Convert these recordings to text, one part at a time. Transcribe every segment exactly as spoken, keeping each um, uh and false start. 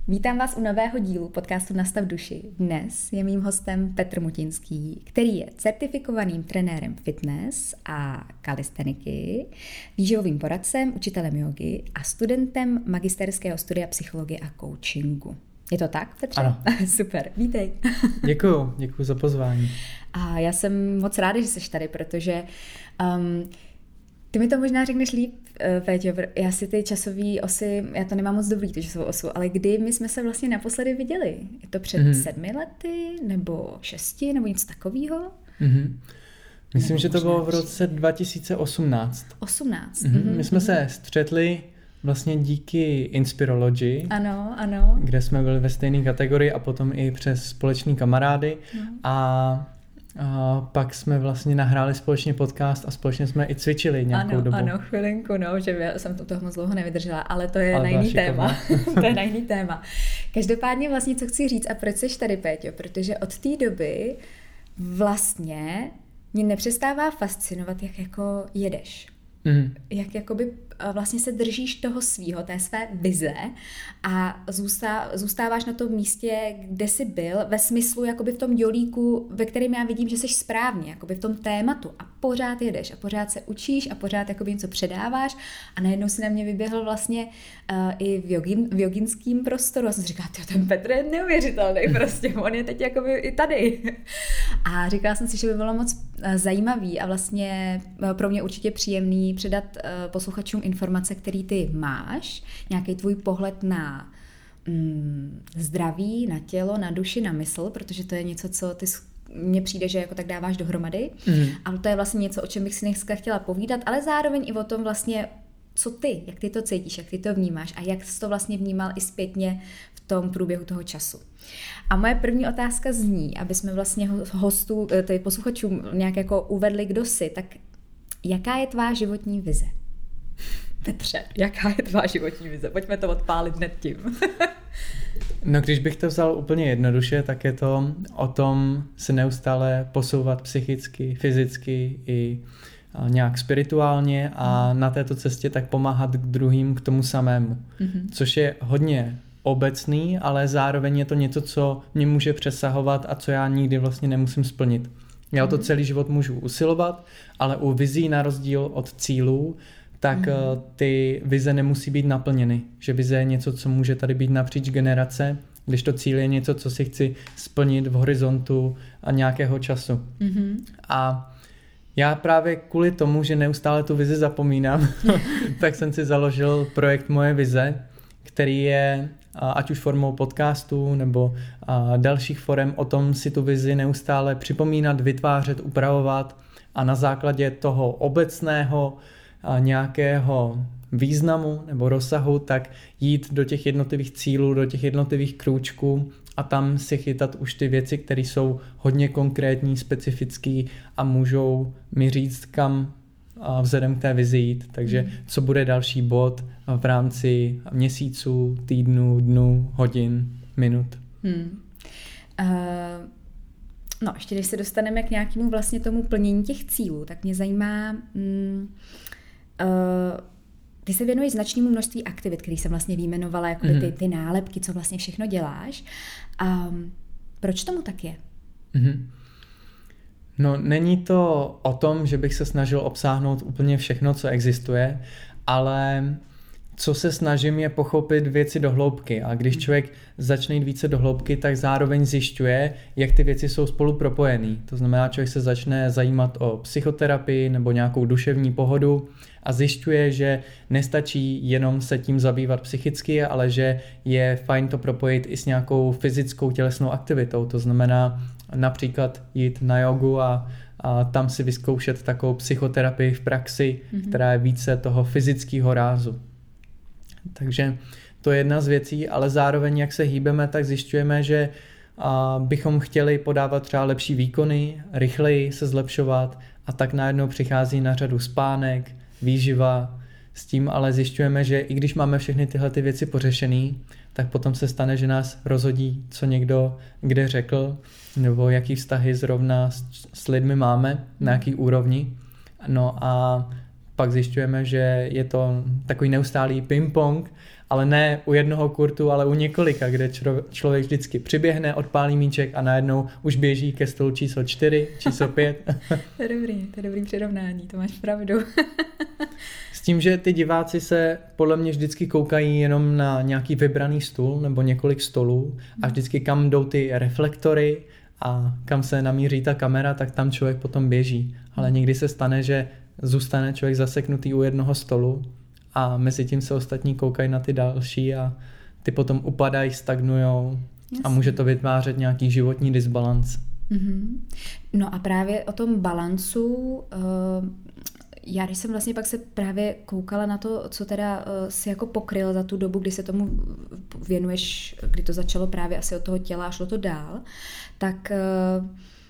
Vítám vás u nového dílu podcastu Nastav duši. Dnes je mým hostem Petr Mutinský, který je certifikovaným trenérem fitness a kalisteniky, výživovým poradcem, učitelem jógy a studentem magisterského studia psychologie a coachingu. Je to tak, Petře? Ano. Super, vítej. Děkuju, děkuju za pozvání. A já jsem moc ráda, že jsi tady, protože um, ty mi to možná řekneš líp, Péťo, já si ty časové osy, já to nemám moc dobrý, tu časovou osu, ale kdy my jsme se vlastně naposledy viděli? Je to před mm-hmm. sedmi lety, nebo šesti, nebo něco takového? Mm-hmm. Myslím, nebo že to bylo v roce dva tisíce osmnáct. osmnáct. Mm-hmm. Mm-hmm. My jsme se střetli vlastně díky Inspirology, ano, ano. kde jsme byli ve stejné kategorii a potom i přes společní kamarády no. a A pak jsme vlastně nahráli společně podcast a společně jsme i cvičili nějakou ano, dobu. Ano, chvilinku, no, že já jsem to toho moc dlouho nevydržela, ale to je ale na jiný téma. to je na jiný téma. Každopádně vlastně, co chci říct a proč jsi tady, Péťo, protože od té doby vlastně mě nepřestává fascinovat, jak jako jedeš. Mm. Jak jakoby vlastně se držíš toho svýho, té své vize a zůstá, zůstáváš na tom místě, kde jsi byl, ve smyslu jakoby v tom dělíku, ve kterém já vidím, že jsi správně, jakoby v tom tématu a pořád jedeš a pořád se učíš a pořád jakoby něco předáváš a najednou si na mě vyběhl vlastně uh, i v, jogin, v joginském prostoru a jsem si říkala, ten Petr je neuvěřitelný, prostě on je teď jakoby i tady. A říkala jsem si, že by bylo moc zajímavý a vlastně pro mě určitě příjemný předat uh, posluchačům informace, které ty máš, nějaký tvůj pohled na mm, zdraví, na tělo, na duši, na mysl, protože to je něco, co ty mně přijde, že jako tak dáváš dohromady, mm. ale to je vlastně něco, o čem bych si dneska chtěla povídat, ale zároveň i o tom vlastně, co ty, jak ty to cítíš, jak ty to vnímáš a jak jsi to vlastně vnímal i zpětně v tom průběhu toho času. A moje první otázka zní, aby jsme vlastně hostů, tedy posluchačům nějak jako uvedli, kdo jsi, tak jaká je tvá životní vize? Petře, jaká je tvá životní vize? Pojďme to odpálit hned tím. No, když bych to vzal úplně jednoduše, tak je to o tom se neustále posouvat psychicky, fyzicky i nějak spirituálně a na této cestě tak pomáhat k druhým k tomu samému. Mm-hmm. Což je hodně obecný, ale zároveň je to něco, co mě může přesahovat a co já nikdy vlastně nemusím splnit. Já o to celý život můžu usilovat, ale u vizí na rozdíl od cílů, tak mm. ty vize nemusí být naplněny. Že vize je něco, co může tady být napříč generace, když to cíl je něco, co si chci splnit v horizontu a nějakého času. Mm-hmm. A já právě kvůli tomu, že neustále tu vizi zapomínám, tak jsem si založil projekt Moje vize, který je ať už formou podcastu nebo dalších forem o tom si tu vizi neustále připomínat, vytvářet, upravovat a na základě toho obecného nějakého významu nebo rozsahu, tak jít do těch jednotlivých cílů, do těch jednotlivých krůčků a tam si chytat už ty věci, které jsou hodně konkrétní, specifický a můžou mi říct, kam vzhledem k té vizi jít. Takže hmm. co bude další bod v rámci měsíců, týdnů, dnů, hodin, minut. Hmm. Uh, no, ještě když se dostaneme k nějakému vlastně tomu plnění těch cílů, tak mě zajímá, um, uh, ty se věnuješ značnému množství aktivit, který jsem vlastně vyjmenovala, jako hmm. ty, ty nálepky, co vlastně všechno děláš. Um, proč tomu tak je? Hmm. No, není to o tom, že bych se snažil obsáhnout úplně všechno, co existuje, ale co se snažím je pochopit věci do hloubky. A když člověk začne jít více do hloubky, tak zároveň zjišťuje, jak ty věci jsou spolu propojený. To znamená, člověk se začne zajímat o psychoterapii nebo nějakou duševní pohodu a zjišťuje, že nestačí jenom se tím zabývat psychicky, ale že je fajn to propojit i s nějakou fyzickou tělesnou aktivitou. To znamená například jít na jogu a, a tam si vyzkoušet takovou psychoterapii v praxi, mm-hmm. která je více toho fyzického rázu. Takže to je jedna z věcí, ale zároveň, jak se hýbeme, tak zjišťujeme, že a, bychom chtěli podávat třeba lepší výkony, rychleji se zlepšovat a tak najednou přichází na řadu spánek, výživa, s tím ale zjišťujeme, že i když máme všechny tyhle ty věci pořešený, tak potom se stane, že nás rozhodí, co někdo kde řekl, nebo jaký vztahy zrovna s, s lidmi máme, na jaký úrovni. No a pak zjišťujeme, že je to takový neustálý ping-pong, ale ne u jednoho kurtu, ale u několika, kde člo, člověk vždycky přiběhne, odpálí míček a najednou už běží ke stolu číslo čtyři, číslo pět. To je dobrý, to je dobrý přirovnání, to máš pravdu. S tím, že ty diváci se podle mě vždycky koukají jenom na nějaký vybraný stůl nebo několik stolů a vždycky kam jdou ty reflektory a kam se namíří ta kamera, tak tam člověk potom běží. Ale někdy se stane, že zůstane člověk zaseknutý u jednoho stolu a mezi tím se ostatní koukají na ty další a ty potom upadají, stagnujou a může to vytvářet nějaký životní disbalans. Mm-hmm. No a právě o tom balancu, uh, já když jsem vlastně pak se právě koukala na to, co teda uh, si jako pokryl za tu dobu, kdy se tomu věnuješ, kdy to začalo právě asi od toho těla a šlo to dál, tak uh,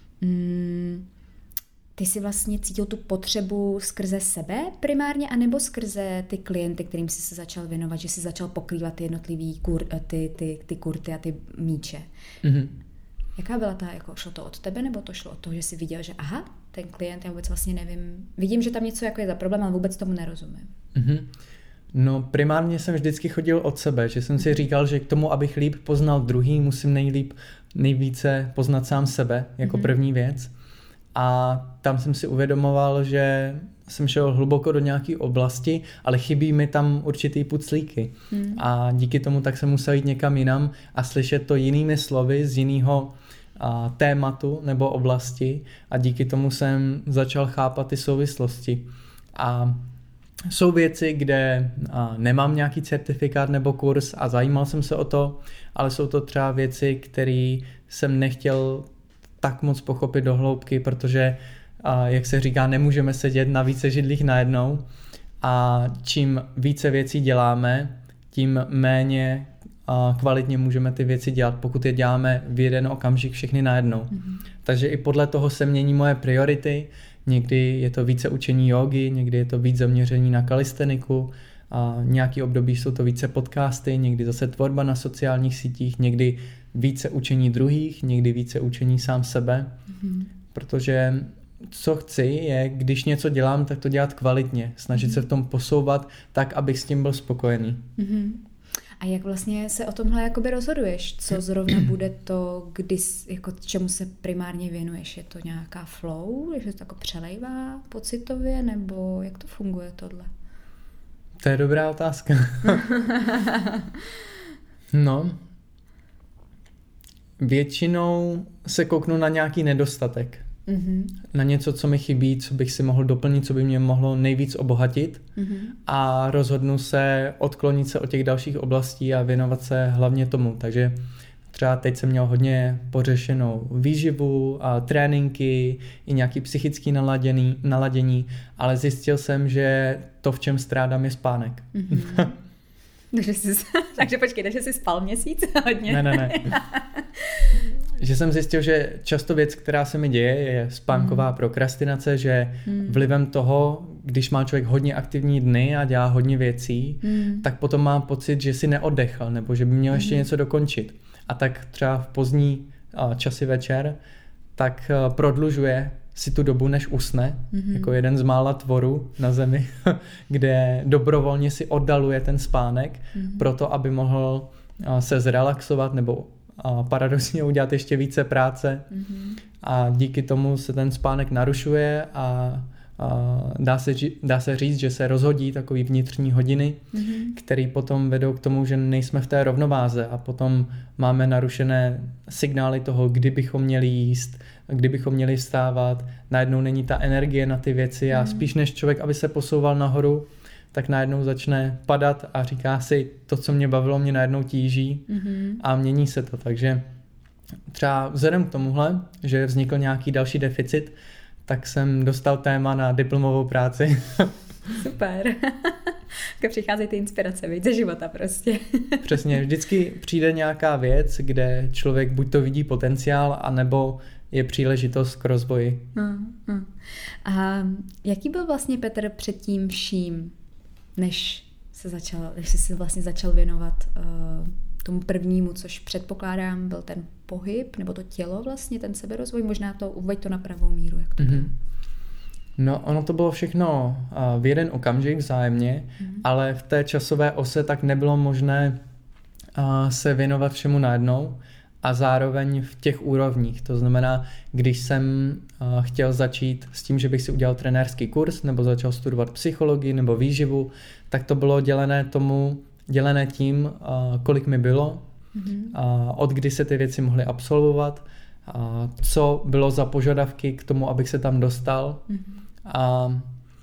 mm, ty jsi vlastně cítil tu potřebu skrze sebe primárně, anebo skrze ty klienty, kterým jsi se začal věnovat, že jsi začal pokrývat ty jednotlivý kur, ty, ty, ty kurty a ty míče. Mm-hmm. Jaká byla ta, jako šlo to od tebe, nebo to šlo od toho, že jsi viděl, že aha, ten klient, já vůbec vlastně nevím, vidím, že tam něco jako je za problém, ale vůbec tomu nerozumím. Mm-hmm. No primárně jsem vždycky chodil od sebe, že jsem si říkal, že k tomu, abych líp poznal druhý, musím nejlíp, nejvíce poznat sám sebe jako mm-hmm. první věc. A tam jsem si uvědomoval, že jsem šel hluboko do nějaké oblasti, ale chybí mi tam určitý puclíky. Hmm. A díky tomu tak jsem musel jít někam jinam a slyšet to jinými slovy z jiného a, tématu nebo oblasti a díky tomu jsem začal chápat ty souvislosti. A jsou věci, kde a, nemám nějaký certifikát nebo kurz a zajímal jsem se o to, ale jsou to třeba věci, které jsem nechtěl tak moc pochopit do hloubky, protože, jak se říká, nemůžeme sedět na více židlích najednou a čím více věcí děláme, tím méně kvalitně můžeme ty věci dělat, pokud je děláme v jeden okamžik všechny najednou. Mm-hmm. Takže i podle toho se mění moje priority, někdy je to více učení jógy, někdy je to víc zaměření na kalisteniku, a nějaký období jsou to více podcasty, někdy zase tvorba na sociálních sítích, někdy více učení druhých, někdy více učení sám sebe, mm-hmm. protože co chci je, když něco dělám, tak to dělat kvalitně, snažit mm-hmm. se v tom posouvat tak, abych s tím byl spokojený. Mm-hmm. A jak vlastně se o tomhle jakoby rozhoduješ? Co zrovna bude to, kdy, jako čemu se primárně věnuješ? Je to nějaká flow, že to jako přelejvá pocitově, nebo jak to funguje tohle? To je dobrá otázka. No, většinou se kouknu na nějaký nedostatek. Mm-hmm. Na něco, co mi chybí, co bych si mohl doplnit, co by mě mohlo nejvíc obohatit mm-hmm. a rozhodnu se odklonit se od těch dalších oblastí a věnovat se hlavně tomu. Takže třeba teď jsem měl hodně pořešenou výživu a tréninky i nějaký psychický naladění, naladění, ale zjistil jsem, že to, v čem strádám, je spánek. Mm-hmm. takže, jsi, takže počkej, takže jsi spal měsíc hodně? Ne, ne, ne. Že jsem zjistil, že často věc, která se mi děje, je spánková mm. prokrastinace, že mm. vlivem toho, když má člověk hodně aktivní dny a dělá hodně věcí, mm. tak potom má pocit, že si neoddechl nebo že by měl mm. ještě něco dokončit. A tak třeba v pozdní uh, časy večer, tak uh, prodlužuje si tu dobu, než usne, mm-hmm. jako jeden z mála tvorů na zemi, kde dobrovolně si oddaluje ten spánek, mm-hmm. proto, aby mohl uh, se zrelaxovat nebo a paradoxně udělat ještě více práce mm-hmm. a díky tomu se ten spánek narušuje a, a dá, se, dá se říct, že se rozhodí takový vnitřní hodiny, mm-hmm. které potom vedou k tomu, že nejsme v té rovnováze a potom máme narušené signály toho, kdy bychom měli jíst, kdy bychom měli vstávat, najednou není ta energie na ty věci mm-hmm. a spíš než člověk, aby se posouval nahoru, tak najednou začne padat a říká si, to, co mě bavilo, mě najednou tíží mm-hmm. a mění se to. Takže třeba vzhledem k tomuhle, že vznikl nějaký další deficit, tak jsem dostal téma na diplomovou práci. Super. Když přicházejí ty inspirace, víc ze života prostě. Přesně, vždycky přijde nějaká věc, kde člověk buď to vidí potenciál, anebo je příležitost k rozvoji. Hmm, hmm. A jaký byl vlastně Petr před tím vším, než se začal, než jsi se vlastně začal věnovat uh, tomu prvnímu, což předpokládám byl ten pohyb, nebo to tělo vlastně, ten seberozvoj, možná to uveď to na pravou míru, jak to mm-hmm. No, ono to bylo všechno v jeden okamžik vzájemně, mm. ale v té časové ose tak nebylo možné se věnovat všemu najednou a zároveň v těch úrovních. To znamená, když jsem chtěl začít s tím, že bych si udělal trenérský kurz nebo začal studovat psychologii nebo výživu, tak to bylo dělené tomu, dělené tím, kolik mi bylo, mm. od kdy se ty věci mohly absolvovat, co bylo za požadavky k tomu, abych se tam dostal. Mm. A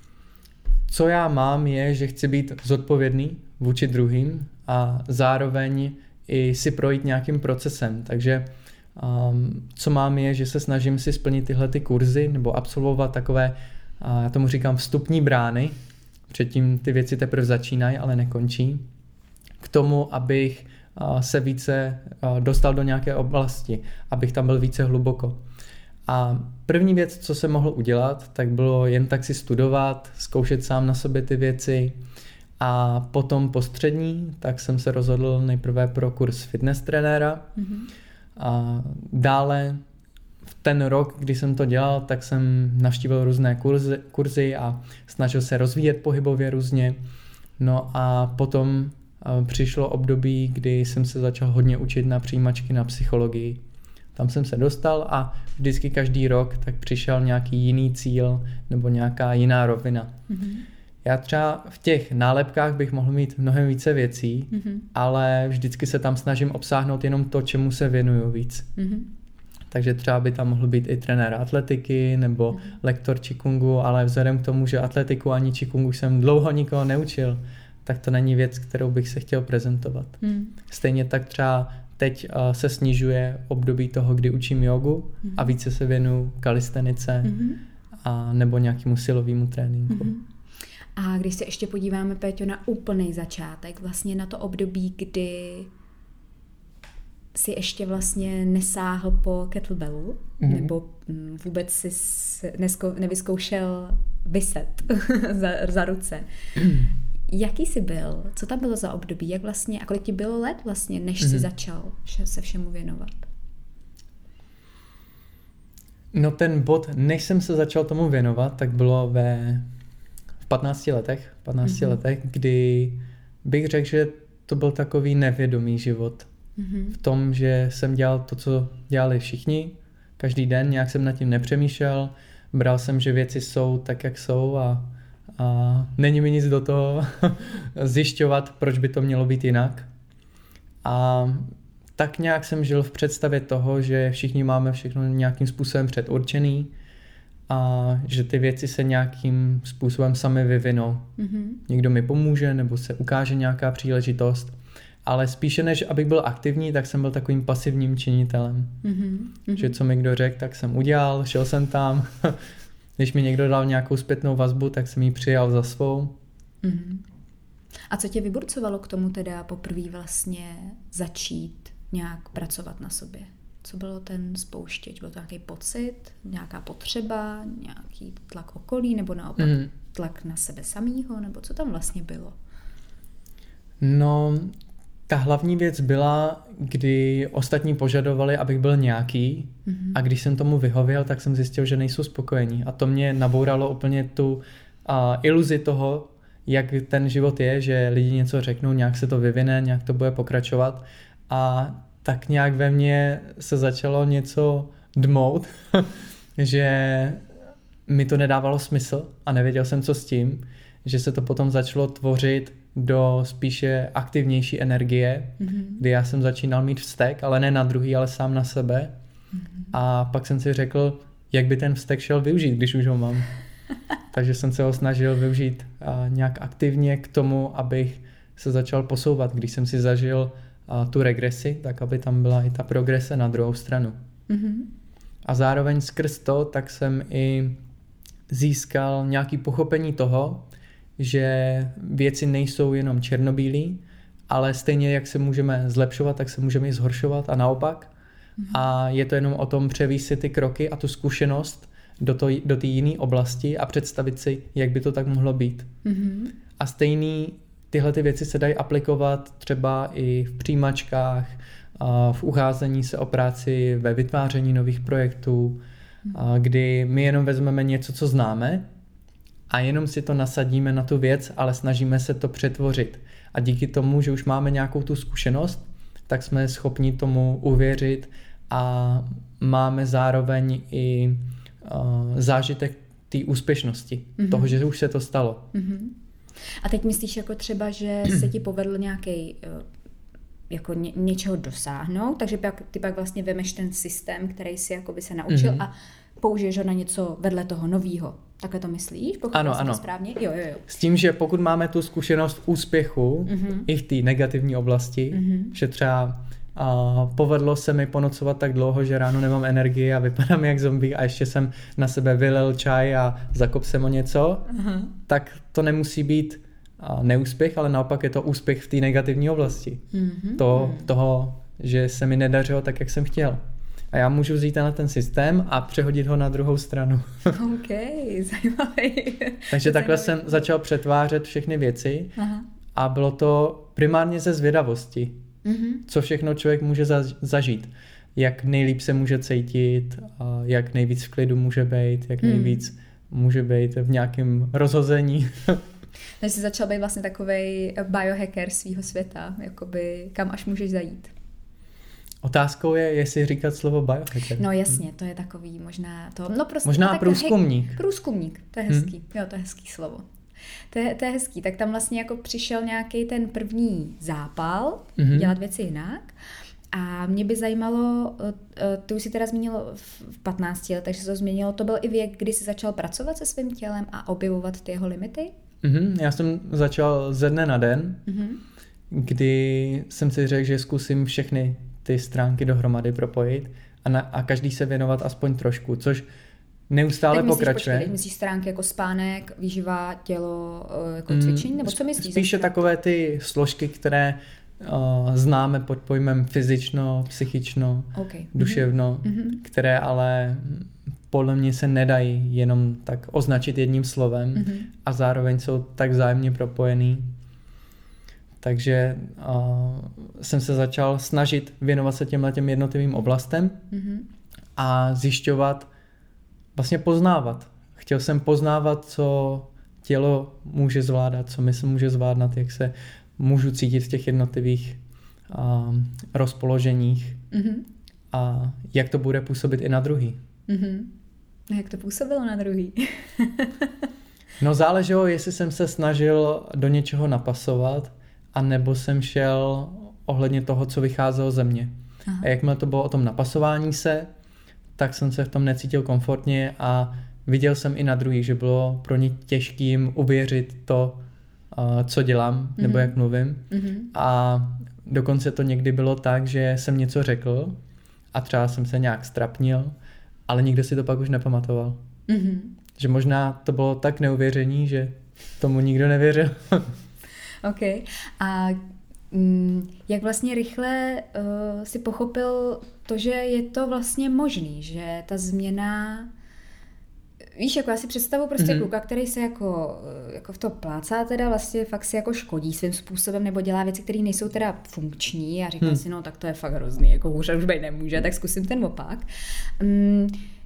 co já mám je, že chci být zodpovědný vůči druhým a zároveň i si projít nějakým procesem. Takže um, co mám je, že se snažím si splnit tyhle ty kurzy nebo absolvovat takové, uh, já tomu říkám vstupní brány, předtím ty věci teprve začínají, ale nekončí, k tomu, abych uh, se více uh, dostal do nějaké oblasti, abych tam byl více hluboko. A první věc, co jsem mohl udělat, tak bylo jen tak si studovat, zkoušet sám na sobě ty věci. A potom po střední, tak jsem se rozhodl nejprve pro kurz fitness trenéra. Mm-hmm. A dále v ten rok, kdy jsem to dělal, tak jsem navštívil různé kurzy, kurzy a snažil se rozvíjet pohybově různě. No a potom přišlo období, kdy jsem se začal hodně učit na přijímačky na psychologii. Tam jsem se dostal a vždycky každý rok tak přišel nějaký jiný cíl nebo nějaká jiná rovina. Mm-hmm. Já třeba v těch nálepkách bych mohl mít mnohem více věcí, mm-hmm. ale vždycky se tam snažím obsáhnout jenom to, čemu se věnuju víc. Mm-hmm. Takže třeba by tam mohl být i trenér atletiky nebo mm-hmm. lektor čikungu, ale vzhledem k tomu, že atletiku ani čikungu jsem dlouho nikoho neučil, tak to není věc, kterou bych se chtěl prezentovat. Mm. Stejně tak třeba teď uh, se snižuje období toho, kdy učím jogu mm. a více se věnuju kalistenice mm. a nebo nějakému silovému tréninku. Mm. A když se ještě podíváme, Péťo, na úplný začátek, vlastně na to období, kdy si ještě vlastně nesáhl po kettlebellu, mm. nebo vůbec si nesko, nevyzkoušel viset za, za ruce. Mm. Jaký jsi byl? Co tam bylo za období? Jak vlastně, a kolik ti bylo let vlastně, než mm. jsi začal se všemu věnovat? No ten bod, než jsem se začal tomu věnovat, tak bylo ve v patnácti letech, patnácti mm-hmm. letech, kdy bych řekl, že to byl takový nevědomý život. Mm-hmm. V tom, že jsem dělal to, co dělali všichni, každý den, nějak jsem nad tím nepřemýšlel, bral jsem, že věci jsou tak, jak jsou a, a není mi nic do toho zjišťovat, proč by to mělo být jinak. A tak nějak jsem žil v představě toho, že všichni máme všechno nějakým způsobem předurčený a že ty věci se nějakým způsobem sami vyvinou. Mm-hmm. Někdo mi pomůže nebo se ukáže nějaká příležitost, ale spíše než abych byl aktivní, tak jsem byl takovým pasivním činitelem. Mm-hmm. Že co mi kdo řekl, tak jsem udělal, šel jsem tam. Když mi někdo dal nějakou zpětnou vazbu, tak jsem ji přijal za svou. Mm-hmm. A co tě vyburcovalo k tomu teda poprvé vlastně začít nějak pracovat na sobě? Co bylo ten spouštěč? Byl to nějaký pocit, nějaká potřeba, nějaký tlak okolí, nebo naopak mm. tlak na sebe samýho, nebo co tam vlastně bylo? No, ta hlavní věc byla, kdy ostatní požadovali, abych byl nějaký mm-hmm. a když jsem tomu vyhověl, tak jsem zjistil, že nejsou spokojení. A to mě nabouralo úplně tu uh, iluzi toho, jak ten život je, že lidi něco řeknou, nějak se to vyvine, nějak to bude pokračovat a tak nějak ve mně se začalo něco dmout, že mi to nedávalo smysl a nevěděl jsem, co s tím, že se to potom začalo tvořit do spíše aktivnější energie, mm-hmm. kdy já jsem začínal mít vztek, ale ne na druhý, ale sám na sebe. Mm-hmm. A pak jsem si řekl, jak by ten vztek šel využít, když už ho mám. Takže jsem se ho snažil využít a nějak aktivně k tomu, abych se začal posouvat, když jsem si zažil a tu regresi, tak aby tam byla i ta progrese na druhou stranu. Mm-hmm. A zároveň skrz to, tak jsem i získal nějaké pochopení toho, že věci nejsou jenom černobílý, ale stejně jak se můžeme zlepšovat, tak se můžeme i zhoršovat a naopak. Mm-hmm. A je to jenom o tom převést si ty kroky a tu zkušenost do, to, do té jiné oblasti a představit si, jak by to tak mohlo být. Mm-hmm. A stejný tyhle ty věci se dají aplikovat třeba i v přijímačkách, v ucházení se o práci, ve vytváření nových projektů, kdy my jenom vezmeme něco, co známe a jenom si to nasadíme na tu věc, ale snažíme se to přetvořit. A díky tomu, že už máme nějakou tu zkušenost, tak jsme schopni tomu uvěřit a máme zároveň i uh, zážitek té úspěšnosti, mm-hmm. toho, že už se to stalo. Mm-hmm. A teď myslíš jako třeba, že se ti povedl nějaký jako ně, něčeho dosáhnout, takže pak, ty pak vlastně vemeš ten systém, který si jakoby se naučil mm-hmm. a použiješ ho na něco vedle toho novýho. Takhle to myslíš? Pokud ano, ano. Správně? Jo, jo, jo. S tím, že pokud máme tu zkušenost v úspěchu mm-hmm. i v té negativní oblasti, mm-hmm. že třeba a povedlo se mi ponocovat tak dlouho, že ráno nemám energii a vypadám jak zombie a ještě jsem na sebe vylil čaj a zakop jsem o něco, uh-huh. tak to nemusí být neúspěch, ale naopak je to úspěch v té negativní oblasti. Uh-huh. To, toho, že se mi nedařilo tak, jak jsem chtěl. A já můžu vzít na ten systém a přehodit ho na druhou stranu. OK, zajímavý. Takže takhle jsem začal přetvářet všechny věci uh-huh. a bylo to primárně ze zvědavosti. Mm-hmm. Co všechno člověk může zažít. Jak nejlíp se může cítit, jak nejvíc v klidu může být, jak nejvíc mm. může být v nějakém rozhození. Takže jsi začal být vlastně takovej biohacker svýho světa, jakoby kam až můžeš zajít. Otázkou je, jestli říkat slovo biohacker. No jasně, to je takový možná to. No prostě možná průzkumník. Hek, průzkumník, to je hezký. Hmm. Jo, to je hezký slovo. To je, to je hezký. Tak tam vlastně jako přišel nějaký ten první zápal, mm-hmm. dělat věci jinak. A mě by zajímalo, ty už si teda zmínilo v patnácti letech, že se to změnilo, to byl i věk, kdy jsi začal pracovat se svým tělem a objevovat ty jeho limity? Mm-hmm. Já jsem začal ze dne na den, mm-hmm. kdy jsem si řekl, že zkusím všechny ty stránky dohromady propojit a, na, a každý se věnovat aspoň trošku, což neustále tak myslíš, pokračuje. Počkej, myslíš stránky jako spánek, výživa, tělo, jako cvičení, nebo co myslíš? Spíše takové ty složky, které uh, známe pod pojmem fyzično, psychično, okay. duševno, mm-hmm. které ale podle mě se nedají jenom tak označit jedním slovem mm-hmm. a zároveň jsou tak vzájemně propojený. Takže uh, jsem se začal snažit věnovat se těmhle těm jednotlivým oblastem mm-hmm. a zjišťovat, vlastně poznávat. Chtěl jsem poznávat, co tělo může zvládat, co mysl může zvládat, jak se můžu cítit v těch jednotlivých um, rozpoloženích mm-hmm. a jak to bude působit i na druhý. Mm-hmm. A jak to působilo na druhý? No záleželo, jestli jsem se snažil do něčeho napasovat, a nebo jsem šel ohledně toho, co vycházelo ze mě. Aha. A jakmile to bylo o tom napasování se, tak jsem se v tom necítil komfortně a viděl jsem i na druhých, že bylo pro ně těžký jim uvěřit to, co dělám, mm-hmm. nebo jak mluvím. Mm-hmm. A dokonce to někdy bylo tak, že jsem něco řekl a třeba jsem se nějak strapnil, ale nikdo si to pak už nepamatoval. Mm-hmm. Že možná to bylo tak neuvěření, že tomu nikdo nevěřil. OK. A mm, jak vlastně rychle uh, si pochopil to, že je to vlastně možný, že ta změna, víš, jako já si představu prostě mm-hmm. kluka, který se jako, jako v to plácá teda vlastně fakt si jako škodí svým způsobem nebo dělá věci, které nejsou teda funkční a říkám hmm. si, no tak to je fakt hrozný, jako hůř už být nemůže, tak zkusím ten opak. Um,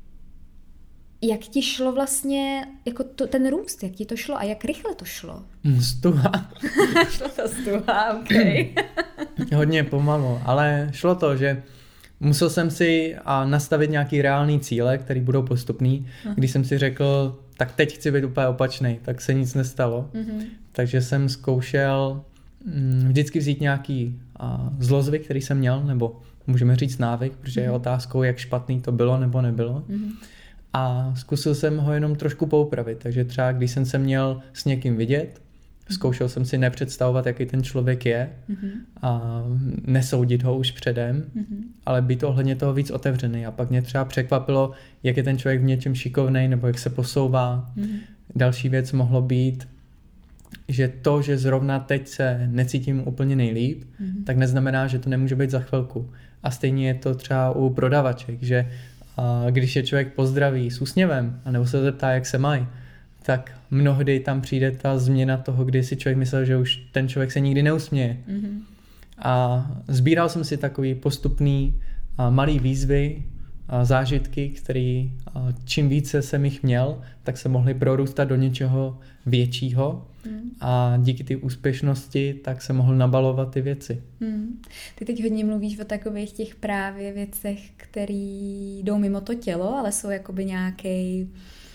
Jak ti šlo vlastně jako to, ten růst, jak ti to šlo a jak rychle to šlo? Stuha. Šlo to stuha, ok. Hodně pomalu, ale šlo to, že musel jsem si nastavit nějaký reálný cíle, které budou postupný. Aha. Když jsem si řekl, tak teď chci být úplně opačnej, tak se nic nestalo. Mm-hmm. Takže jsem zkoušel vždycky vzít nějaký zlozvyk, který jsem měl, nebo můžeme říct návyk, protože mm-hmm. je otázkou, jak špatný to bylo nebo nebylo. Mm-hmm. A zkusil jsem ho jenom trošku poupravit, takže třeba když jsem se měl s někým vidět, zkoušel jsem si nepředstavovat, jaký ten člověk je mm-hmm. a nesoudit ho už předem, mm-hmm. ale být ohledně toho víc otevřený. A pak mě třeba překvapilo, jak je ten člověk v něčem šikovnej nebo jak se posouvá. Mm-hmm. Další věc mohlo být, že to, že zrovna teď se necítím úplně nejlíp, mm-hmm. tak neznamená, že to nemůže být za chvilku. A stejně je to třeba u prodavaček, že a když je člověk pozdraví s úsměvem, anebo se zeptá, jak se mají, tak mnohdy tam přijde ta změna toho, kdy si člověk myslel, že už ten člověk se nikdy neusměje. Mm-hmm. A sbíral jsem si takový postupný a malý výzvy zážitky, které čím více jsem jich měl, tak se mohly prorůstat do něčeho většího hmm. a díky té úspěšnosti tak se mohl nabalovat ty věci. Hmm. Ty teď hodně mluvíš o takových těch právě věcech, které jdou mimo to tělo, ale jsou jakoby nějaký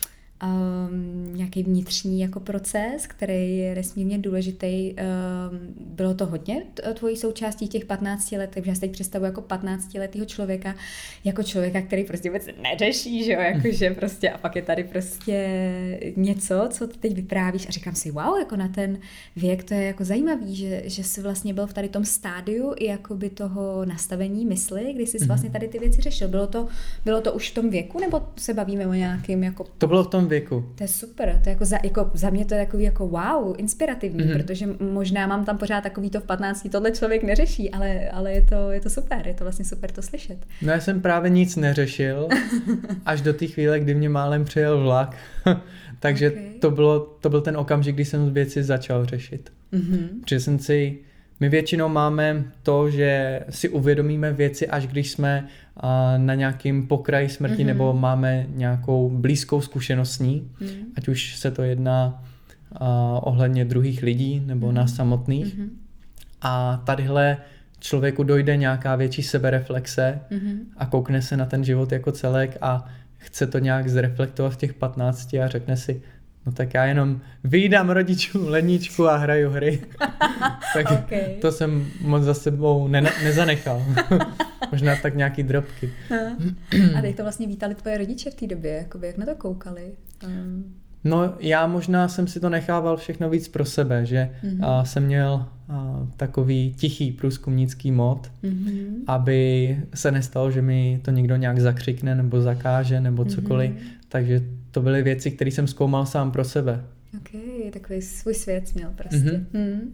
Um, nějaký vnitřní jako proces, který je nesmírně důležitý. Um, bylo to hodně tvojí součástí těch patnácti let, takže já si teď představuji jako patnáctiletýho člověka, jako člověka, který prostě vůbec neřeší, že jo, jakože prostě a pak je tady prostě něco, co ty teď vyprávíš a říkám si, wow, jako na ten věk to je jako zajímavý, že, že jsi vlastně byl v tady tom stádiu i jakoby toho nastavení mysli, kdy jsi mm-hmm. vlastně tady ty věci řešil. Bylo to, bylo to už v tom věku, nebo se bavíme o nějakým jako... To bylo v tom věku. To je super, to je jako za, jako za mě to je takový jako wow, inspirativní, mm-hmm. protože možná mám tam pořád takový to v patnácti, tohle člověk neřeší, ale, ale je, to, je to super, je to vlastně super to slyšet. No já jsem právě nic neřešil, až do té chvíle, kdy mě málem přejel vlak, takže okay. to, bylo, to byl ten okamžik, kdy jsem věci začal řešit. Mm-hmm. Protože jsem si, my většinou máme to, že si uvědomíme věci, až když jsme na nějakým pokraji smrti mm-hmm. nebo máme nějakou blízkou zkušenost s ní, mm. ať už se to jedná uh, ohledně druhých lidí nebo mm. nás samotných. Mm-hmm. A tadyhle člověku dojde nějaká větší sebereflexe mm-hmm. a koukne se na ten život jako celek a chce to nějak zreflektovat v těch patnácti a řekne si, no tak já jenom vyjdám rodičů ledničku a hraju hry. Tak okay. to jsem moc za sebou ne- nezanechal. Možná tak nějaký drobky. A teď to vlastně vítali tvoje rodiče v té době, jakoby, jak na to koukali? Um... No já možná jsem si to nechával všechno víc pro sebe, že mm-hmm. a, jsem měl a, takový tichý průzkumnický mod, mm-hmm. aby se nestalo, že mi to někdo nějak zakřikne nebo zakáže nebo cokoliv, mm-hmm. takže to byly věci, které jsem zkoumal sám pro sebe. Ok, takový svůj svět měl prostě. Mm-hmm. Mm.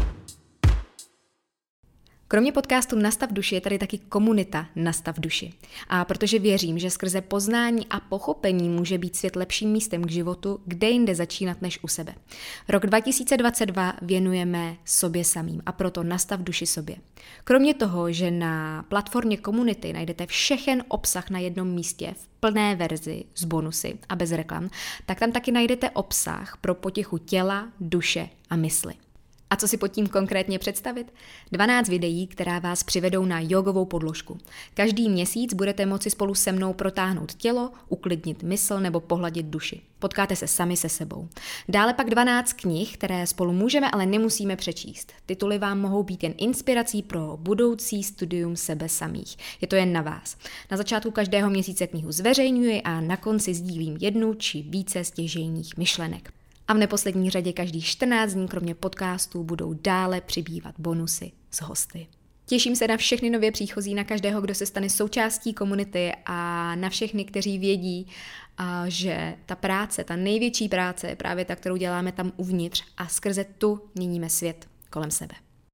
Kromě podcastu Nastav duši je tady taky komunita Nastav duši. A protože věřím, že skrze poznání a pochopení může být svět lepším místem k životu, kde jinde začínat než u sebe. Rok dva tisíce dvacet dva věnujeme sobě samým a proto Nastav duši sobě. Kromě toho, že na platformě komunity najdete všechen obsah na jednom místě v plné verzi s bonusy a bez reklam, tak tam taky najdete obsah pro potěchu těla, duše a mysli. A co si pod tím konkrétně představit? dvanáct videí, která vás přivedou na jogovou podložku. Každý měsíc budete moci spolu se mnou protáhnout tělo, uklidnit mysl nebo pohladit duši. Potkáte se sami se sebou. Dále pak dvanáct knih, které spolu můžeme, ale nemusíme přečíst. Tituly vám mohou být jen inspirací pro budoucí studium sebe samých. Je to jen na vás. Na začátku každého měsíce knihu zveřejňuji a na konci sdílím jednu či více stěžejních myšlenek. A v neposlední řadě každých čtrnáct dní kromě podcastů budou dále přibývat bonusy s hosty. Těším se na všechny nově příchozí, na každého, kdo se stane součástí komunity a na všechny, kteří vědí, že ta práce, ta největší práce je právě ta, kterou děláme tam uvnitř a skrze tu měníme svět kolem sebe.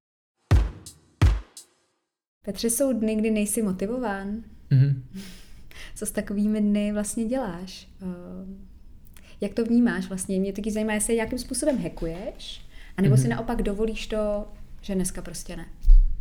Petře, jsou dny, kdy nejsi motivován? Mm-hmm. Co s takovými dny vlastně děláš? Jak to vnímáš vlastně? Mě taky zajímá, jestli nějakým způsobem hackuješ, anebo mm-hmm. si naopak dovolíš to, že dneska prostě ne.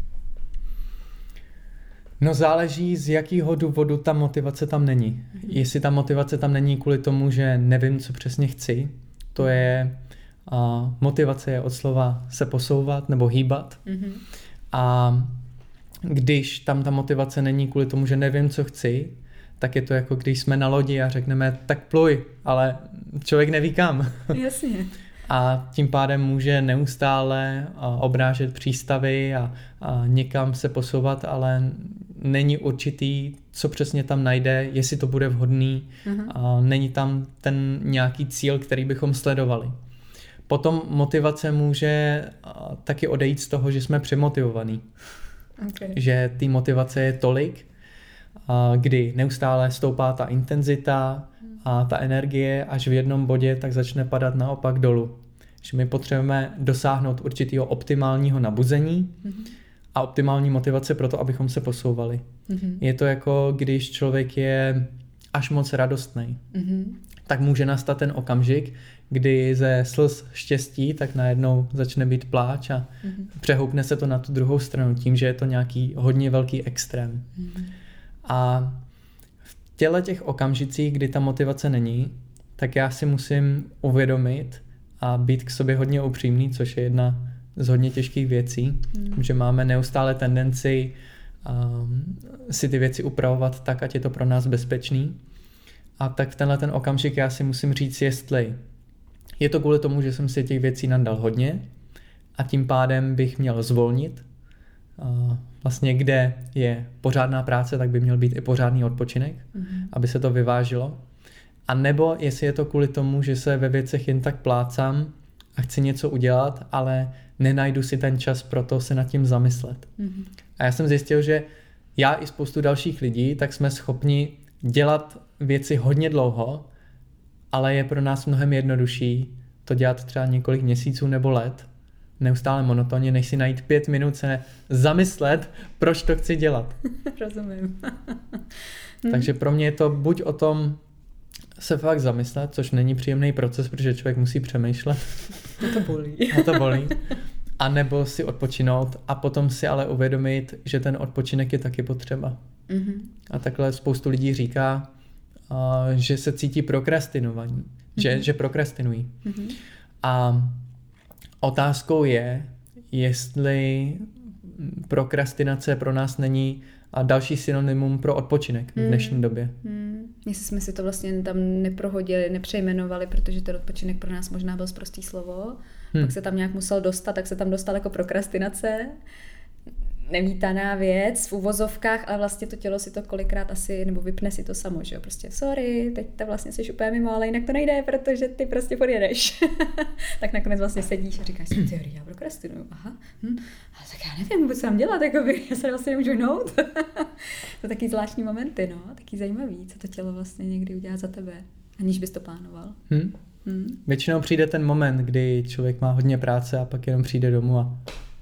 No záleží, z jakého důvodu ta motivace tam není. Mm-hmm. Jestli ta motivace tam není kvůli tomu, že nevím, co přesně chci, to je a motivace je od slova se posouvat nebo hýbat. Mm-hmm. A když tam ta motivace není kvůli tomu, že nevím, co chci, tak je to jako když jsme na lodi a řekneme, tak pluj, ale člověk neví kam. Jasně. A tím pádem může neustále obrážet přístavy a, a někam se posouvat, ale není určitý, co přesně tam najde, jestli to bude vhodný. Uh-huh. A není tam ten nějaký cíl, který bychom sledovali. Potom motivace může taky odejít z toho, že jsme přemotivovaní. Okay. Že té motivace je tolik, kdy neustále stoupá ta intenzita a ta energie, až v jednom bodě tak začne padat naopak dolů. Že my potřebujeme dosáhnout určitého optimálního nabuzení mm-hmm. a optimální motivace pro to, abychom se posouvali. Mm-hmm. Je to jako když člověk je až moc radostný, mm-hmm. tak může nastat ten okamžik, kdy ze slz štěstí tak najednou začne být pláč a mm-hmm. přehoupne se to na tu druhou stranu tím, že je to nějaký hodně velký extrém. Mm-hmm. A těchto těch okamžicích, kdy ta motivace není, tak já si musím uvědomit a být k sobě hodně upřímný, což je jedna z hodně těžkých věcí, hmm. že máme neustále tendenci um, si ty věci upravovat tak, ať je to pro nás bezpečný. A tak v tenhle ten okamžik já si musím říct, jestli je to kvůli tomu, že jsem si těch věcí nadal hodně a tím pádem bych měl zvolnit. Uh, vlastně kde je pořádná práce, tak by měl být i pořádný odpočinek, mm-hmm. aby se to vyvážilo. A nebo jestli je to kvůli tomu, že se ve věcech jen tak plácám a chci něco udělat, ale nenajdu si ten čas pro to se nad tím zamyslet. Mm-hmm. A já jsem zjistil, že já i spoustu dalších lidí, tak jsme schopni dělat věci hodně dlouho, ale je pro nás mnohem jednodušší to dělat třeba několik měsíců nebo let, neustále monotónně, než si najít pět minut se zamyslet, proč to chci dělat. Rozumím. Takže pro mě je to buď o tom se fakt zamyslet, což není příjemný proces, protože člověk musí přemýšlet. To bolí. A to bolí. A nebo si odpočinout a potom si ale uvědomit, že ten odpočinek je taky potřeba. Mm-hmm. A takhle spoustu lidí říká, uh, že se cítí prokrastinovaní, mm-hmm. že, že prokrastinují. Mm-hmm. A otázkou je, jestli prokrastinace pro nás není a další synonymum pro odpočinek v dnešní době. Hmm. Jestli jsme si to vlastně tam neprohodili, nepřejmenovali, protože ten odpočinek pro nás možná byl sprostý slovo, hmm. pak se tam nějak musel dostat, tak se tam dostal jako prokrastinace. Nevítaná věc v uvozovkách, ale vlastně to tělo si to kolikrát asi, nebo vypne si to samo, že jo, prostě sorry, teď to vlastně jsi úplně mimo, ale jinak to nejde, protože ty prostě podjedeš. Tak nakonec vlastně sedíš a říkáš si, ty já prokrastinuju, aha, hm, ale tak já nevím vůbec, co mám dělat, jakoby, já se vlastně nemůžu hnout. To taky zvláštní momenty, no, taky zajímavý, co to tělo vlastně někdy udělá za tebe, aniž bys to plánoval. Hmm. Hmm. Většinou přijde ten moment, kdy člověk má hodně práce a pak jenom přijde domů a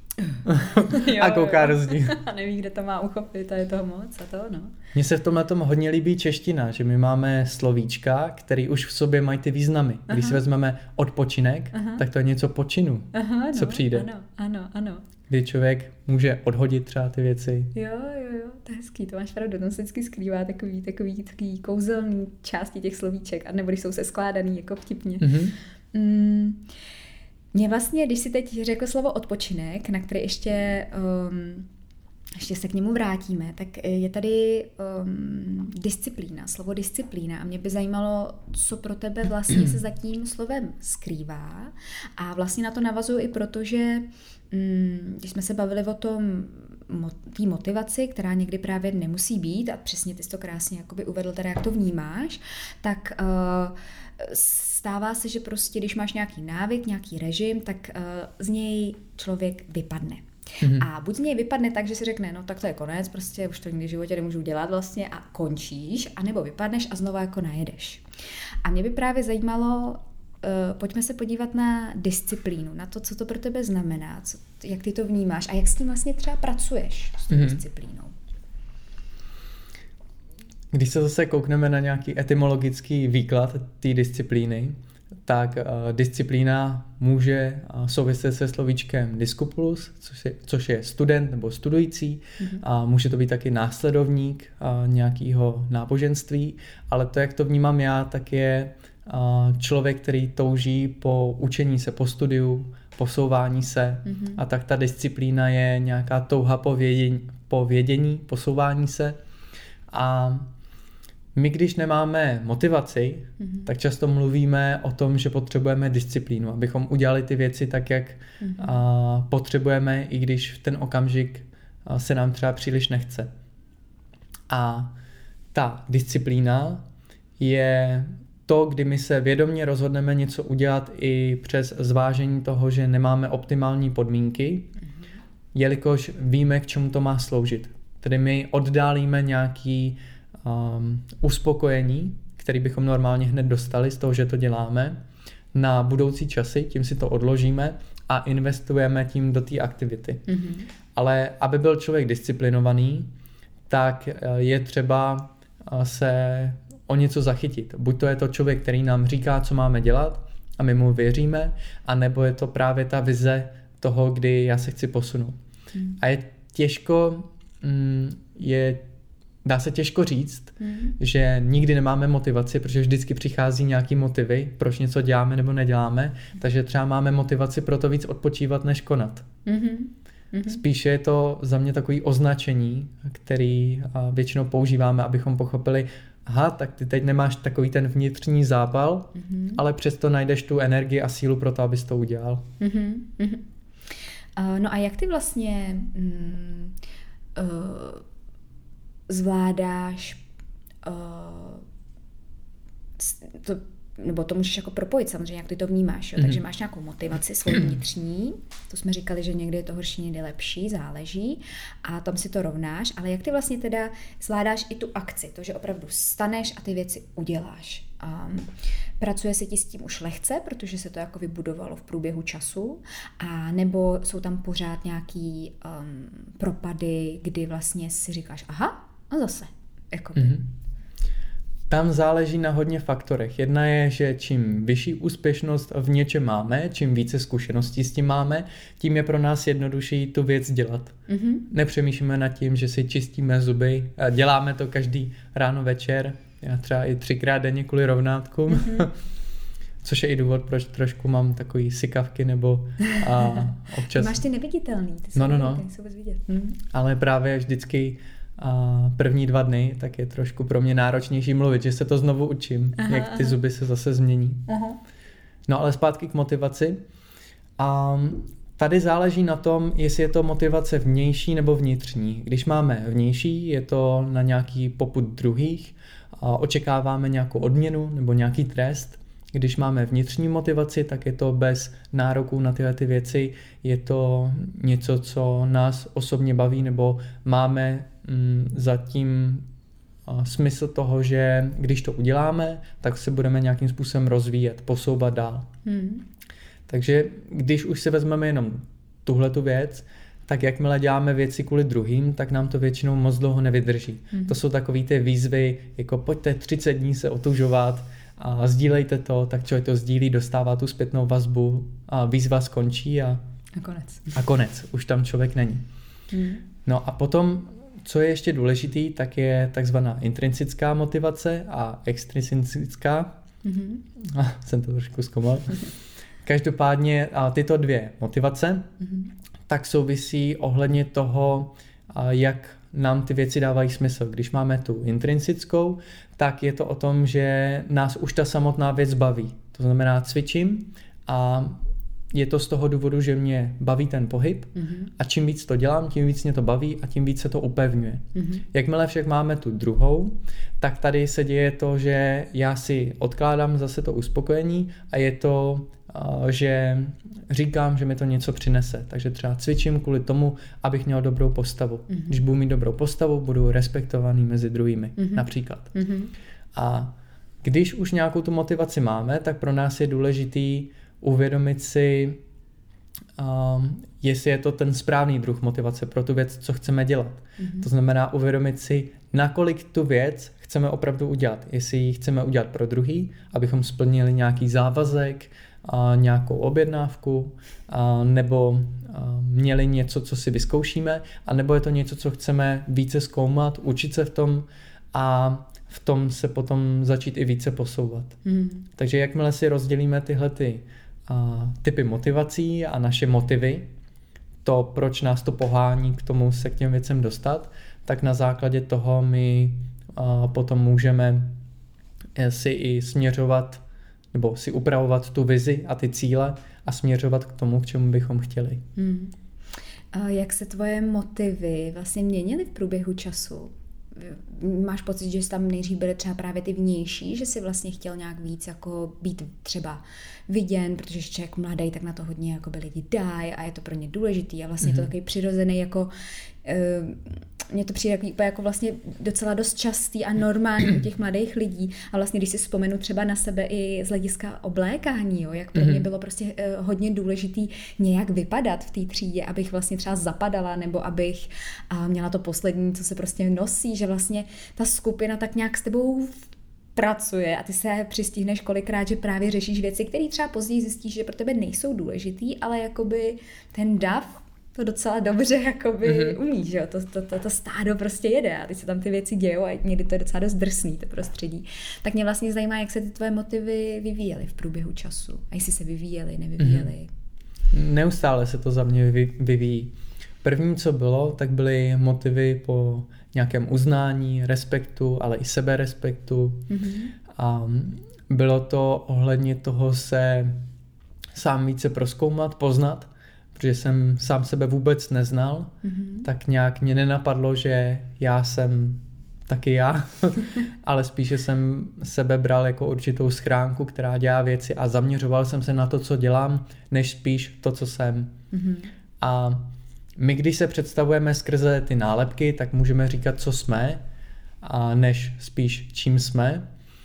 jo, a kouká rozdíl. A neví, kde to má uchopit a je toho moc a to, no. Mně se v tomhle tom hodně líbí čeština, že my máme slovíčka, který už v sobě mají ty významy. Aha. Když si vezmeme odpočinek, aha. tak to je něco počinu, aha, no, co přijde. Ano, ano, ano. Kdy člověk může odhodit třeba ty věci. Jo, jo, jo, to je hezký, to máš pravdu, tam se vždycky skrývá takový, takový, takový kouzelný části těch slovíček, a nebo když jsou se skládaný jako vtipně. Mm-hmm. Mm. Mě vlastně, když si teď řekl slovo odpočinek, na který ještě, um, ještě se k němu vrátíme, tak je tady um, disciplína, slovo disciplína a mě by zajímalo, co pro tebe vlastně se za tím slovem skrývá a vlastně na to navazuju i proto, že um, když jsme se bavili o tom té motivaci, která někdy právě nemusí být a přesně ty jsi to krásně jakoby uvedl, teda jak to vnímáš, tak uh, stává se, že prostě, když máš nějaký návyk, nějaký režim, tak uh, z něj člověk vypadne. Mm-hmm. A buď z něj vypadne tak, že si řekne, no tak to je konec, prostě už to nikdy v životě nemůžu dělat vlastně a končíš, anebo vypadneš a znova jako najedeš. A mě by právě zajímalo, uh, pojďme se podívat na disciplínu, na to, co to pro tebe znamená, co, jak ty to vnímáš a jak s tím vlastně třeba pracuješ s tou mm-hmm. disciplínou. Když se zase koukneme na nějaký etymologický výklad té disciplíny, tak uh, disciplína může uh, souviset se slovíčkem discipulus, což je, což je student nebo studující, mm-hmm. a může to být taky následovník uh, nějakého náboženství, ale to, jak to vnímám já, tak je uh, člověk, který touží po učení se, po studiu, posouvání se, mm-hmm. a tak ta disciplína je nějaká touha po vědění, po vědění, posouvání se. A my, když nemáme motivaci, mm-hmm. tak často mluvíme o tom, že potřebujeme disciplínu, abychom udělali ty věci tak, jak mm-hmm. a, potřebujeme, i když v ten okamžik a, se nám třeba příliš nechce. A ta disciplína je to, kdy my se vědomě rozhodneme něco udělat i přes zvážení toho, že nemáme optimální podmínky, mm-hmm. jelikož víme, k čemu to má sloužit. Tedy my oddálíme nějaký um, uspokojení, který bychom normálně hned dostali z toho, že to děláme, na budoucí časy, tím si to odložíme a investujeme tím do té aktivity. Mm-hmm. Ale aby byl člověk disciplinovaný, tak je třeba se o něco zachytit. Buď to je to člověk, který nám říká, co máme dělat a my mu věříme, anebo je to právě ta vize toho, kdy já se chci posunout. Mm. A je těžko, je dá se těžko říct, mm. že nikdy nemáme motivaci, protože vždycky přichází nějaký motivy, proč něco děláme nebo neděláme, takže třeba máme motivaci pro to víc odpočívat, než konat. Mm-hmm. Spíše je to za mě takový označení, který většinou používáme, abychom pochopili, aha, tak ty teď nemáš takový ten vnitřní zápal, mm-hmm. ale přesto najdeš tu energii a sílu pro to, abys to udělal. Mm-hmm. Uh, no a jak ty vlastně mm, uh, zvládáš uh, to, nebo to můžeš jako propojit samozřejmě, jak ty to vnímáš, jo? Mm-hmm. Takže máš nějakou motivaci svou vnitřní, to jsme říkali, že někdy je to horší, někdy lepší, záleží a tam si to rovnáš, ale jak ty vlastně teda zvládáš i tu akci, to, že opravdu staneš a ty věci uděláš. Um, pracuje se ti s tím už lehce, protože se to jako vybudovalo v průběhu času, a nebo jsou tam pořád nějaký um, propady, kdy vlastně si říkáš, aha, a zase, jakoby. Mm-hmm. Tam záleží na hodně faktorech. Jedna je, že čím vyšší úspěšnost v něčem máme, čím více zkušeností s tím máme, tím je pro nás jednodušší tu věc dělat. Mm-hmm. Nepřemýšlíme nad tím, že si čistíme zuby. Děláme to každý ráno, večer, já třeba i třikrát denně kvůli rovnátkům. Mm-hmm. Což je i důvod, proč trošku mám takový sykavky nebo a občas... Máš ty neviditelný, ty jsou no, no, vidět, no. ty jsou vidět. Mm. Ale právě vždycky a první dva dny, tak je trošku pro mě náročnější mluvit, že se to znovu učím, aha, jak ty aha. zuby se zase změní. Aha. No ale zpátky k motivaci. A tady záleží na tom, jestli je to motivace vnější nebo vnitřní. Když máme vnější, je to na nějaký popud druhých, a očekáváme nějakou odměnu nebo nějaký trest. Když máme vnitřní motivaci, tak je to bez nároků na tyhle ty věci. Je to něco, co nás osobně baví, nebo máme mm, zatím a, smysl toho, že když to uděláme, tak se budeme nějakým způsobem rozvíjet, posouvat dál. Hmm. Takže když už si vezmeme jenom tuhletu věc, tak jakmile děláme věci kvůli druhým, tak nám to většinou moc dlouho nevydrží. Hmm. To jsou takový ty výzvy, jako pojďte třicet dní se otužovat, a sdílejte to, tak člověk to sdílí, dostává tu zpětnou vazbu a výzva skončí a, a konec. A konec, už tam člověk není. Hmm. No a potom, co je ještě důležitý, tak je takzvaná intrinsická motivace a extrinsická. Mm-hmm. Ah, jsem to trošku zkomal. Každopádně a tyto dvě motivace mm-hmm. tak souvisí ohledně toho, jak nám ty věci dávají smysl. Když máme tu intrinsickou, tak je to o tom, že nás už ta samotná věc baví. To znamená, cvičím a je to z toho důvodu, že mě baví ten pohyb mm-hmm. a čím víc to dělám, tím víc mě to baví a tím víc se to upevňuje. Mm-hmm. Jakmile však máme tu druhou, tak tady se děje to, že já si odkládám zase to uspokojení a je to, že říkám, že mi to něco přinese. Takže třeba cvičím kvůli tomu, abych měl dobrou postavu. Mm-hmm. Když budu mít dobrou postavu, budu respektovaný mezi druhými, mm-hmm. například. Mm-hmm. A když už nějakou tu motivaci máme, tak pro nás je důležitý uvědomit si, um, jestli je to ten správný druh motivace pro tu věc, co chceme dělat. Mm-hmm. To znamená uvědomit si, nakolik tu věc chceme opravdu udělat. Jestli ji chceme udělat pro druhý, abychom splnili nějaký závazek, a nějakou objednávku, a nebo a měli něco, co si vyzkoušíme, a nebo je to něco, co chceme více zkoumat, učit se v tom a v tom se potom začít i více posouvat. Mm. Takže jakmile si rozdělíme tyhle ty, a, typy motivací a naše motivy, to, proč nás to pohání k tomu se k těm věcem dostat, tak na základě toho my a, potom můžeme si i směřovat nebo si upravovat tu vizi a ty cíle a směřovat k tomu, k čemu bychom chtěli. Hmm. A jak se tvoje motivy vlastně měnily v průběhu času? Máš pocit, že jsi tam nejdřív byly třeba právě ty vnější, že jsi vlastně chtěl nějak víc jako být třeba viděn, protože ještě jako mladý, tak na to hodně jako by lidi dají a je to pro ně důležitý a vlastně mm-hmm. je to takový přirozený jako uh, mně to přijde jako, jako vlastně docela dost častý a normální u těch mladých lidí a vlastně když si vzpomenu třeba na sebe i z hlediska oblékání, jo, jak pro mě bylo prostě uh, hodně důležitý nějak vypadat v té třídě, abych vlastně třeba zapadala nebo abych uh, měla to poslední, co se prostě nosí, že vlastně ta skupina tak nějak s tebou pracuje a ty se přistihneš kolikrát, že právě řešíš věci, které třeba později zjistíš, že pro tebe nejsou důležitý, ale jakoby ten dav to docela dobře jakoby mm-hmm. umí, že jo, to, to, to, to stádo prostě jede a teď se tam ty věci dějou a někdy to je docela dost drsný, to prostředí. Tak mě vlastně zajímá, jak se ty tvoje motivy vyvíjely v průběhu času a jestli se vyvíjely, nevyvíjely. Mm-hmm. Neustále se to za mě vyvíjí. První, co bylo, tak byly motivy po nějakém uznání, respektu, ale i seberespektu. Mm-hmm. A bylo to ohledně toho se sám více prozkoumat, poznat, protože jsem sám sebe vůbec neznal, mm-hmm. tak nějak mě nenapadlo, že já jsem taky já, ale spíše jsem sebe bral jako určitou schránku, která dělá věci a zaměřoval jsem se na to, co dělám, než spíš to, co jsem. Mm-hmm. A my, když se představujeme skrze ty nálepky, tak můžeme říkat, co jsme, a než spíš čím jsme.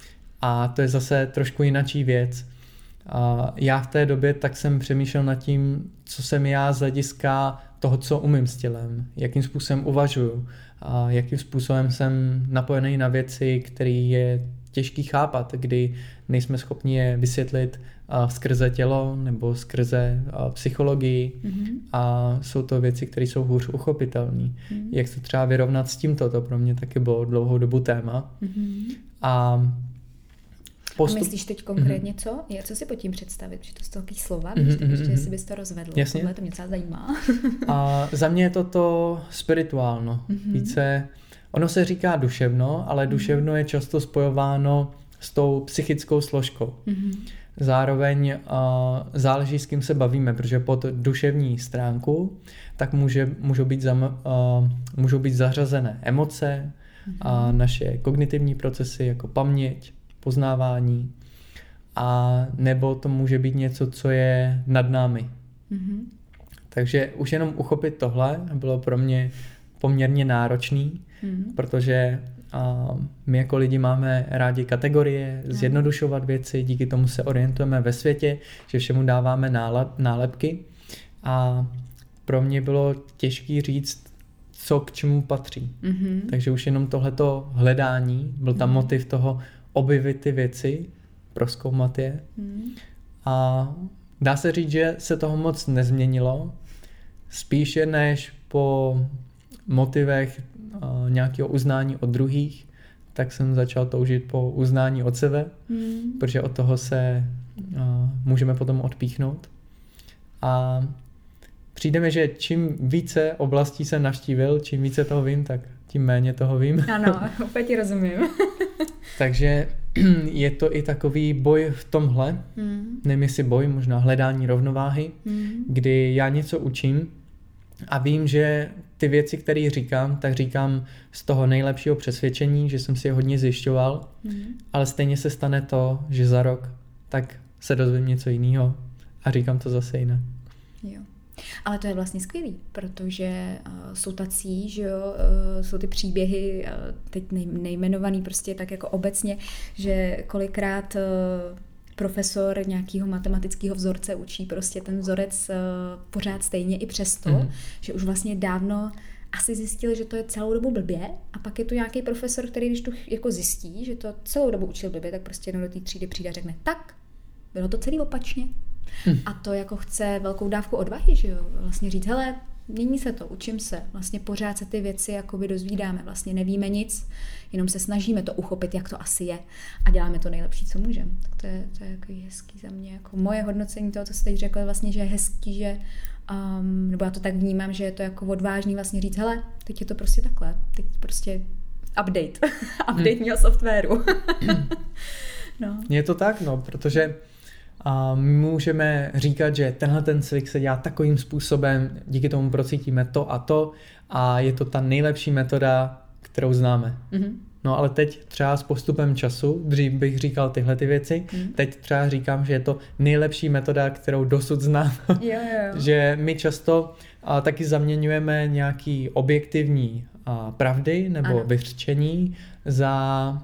A to je zase trošku jinačí věc. A já v té době tak jsem přemýšlel nad tím, co jsem já z hlediska toho, co umím s tělem, jakým způsobem uvažuju, a jakým způsobem jsem napojený na věci, které je těžký chápat, kdy nejsme schopni je vysvětlit uh, skrze tělo nebo skrze uh, psychologii mm-hmm. a jsou to věci, které jsou hůř uchopitelné. Mm-hmm. Jak se třeba vyrovnat s tímto, to pro mě taky bylo dlouhou dobu téma. Mm-hmm. A Postup... A myslíš teď konkrétně mm-hmm. co? Je, co si pod tím představit? Protože to jsou takový slova, mm-hmm. ještě, ještě jestli bys to rozvedl. Jasně. Tohle to mě celá zajímá. A za mě je to to spirituálno. Mm-hmm. Více, ono se říká duševno, ale duševno mm-hmm. je často spojováno s tou psychickou složkou. Mm-hmm. Zároveň uh, záleží, s kým se bavíme, protože pod duševní stránku tak může, můžou, být zam, uh, můžou být zařazené emoce, mm-hmm. a naše kognitivní procesy jako paměť, poznávání, a nebo to může být něco, co je nad námi. Mm-hmm. Takže už jenom uchopit tohle bylo pro mě poměrně náročný, mm-hmm. protože a, my jako lidi máme rádi kategorie, mm-hmm. zjednodušovat věci, díky tomu se orientujeme ve světě, že všemu dáváme nálep, nálepky, a pro mě bylo těžký říct, co k čemu patří. Mm-hmm. Takže už jenom tohleto hledání, byl tam mm-hmm. motiv toho objevit ty věci, prozkoumat je. Hmm. A dá se říct, že se toho moc nezměnilo. Spíše než po motivech uh, nějakého uznání od druhých, tak jsem začal toužit po uznání od sebe, hmm. protože od toho se uh, můžeme potom odpíchnout. A přijde mi, že čím více oblastí jsem navštívil, čím více toho vím, tak tím méně toho vím. Ano, opět ti rozumím. Takže je to i takový boj v tomhle, mm. nevím jestli boj, možná hledání rovnováhy, mm. kdy já něco učím a vím, že ty věci, které říkám, tak říkám z toho nejlepšího přesvědčení, že jsem si je hodně zjišťoval, mm. ale stejně se stane to, že za rok tak se dozvím něco jiného a říkám to zase jinak. Jo. Ale to je vlastně skvělý, protože uh, jsou tací, že jo, uh, jsou ty příběhy, uh, teď nej, nejmenovaný prostě tak jako obecně, že kolikrát uh, profesor nějakého matematického vzorce učí prostě ten vzorec uh, pořád stejně i přesto, mm. že už vlastně dávno asi zjistil, že to je celou dobu blbě, a pak je tu nějaký profesor, který když tu jako zjistí, že to celou dobu učil blbě, tak prostě jednou do té třídy přijde a řekne, tak, bylo to celý opačně. Hmm. A to jako chce velkou dávku odvahy, že jo? Vlastně říct, hele, mění se to, učím se, vlastně pořád se ty věci jakoby dozvídáme, vlastně nevíme nic, jenom se snažíme to uchopit, jak to asi je, a děláme to nejlepší, co můžeme. Tak to je, to je jako hezký za mě, jako moje hodnocení toho, co jsi teď řekl, vlastně, že je hezký, že um, nebo já to tak vnímám, že je to jako odvážný vlastně říct, hele, teď je to prostě takhle, teď prostě update, update hmm. mého softwaru. No. Je to tak, no, protože a můžeme říkat, že tenhle ten cvik se dělá takovým způsobem, díky tomu procítíme to a to, a je to ta nejlepší metoda, kterou známe. Mm-hmm. No ale teď třeba s postupem času, dřív bych říkal tyhle ty věci, mm. teď třeba říkám, že je to nejlepší metoda, kterou dosud znám. Jo, jo, jo. Že my často a, taky zaměňujeme nějaký objektivní a, pravdy nebo ano. vyřčení za, a,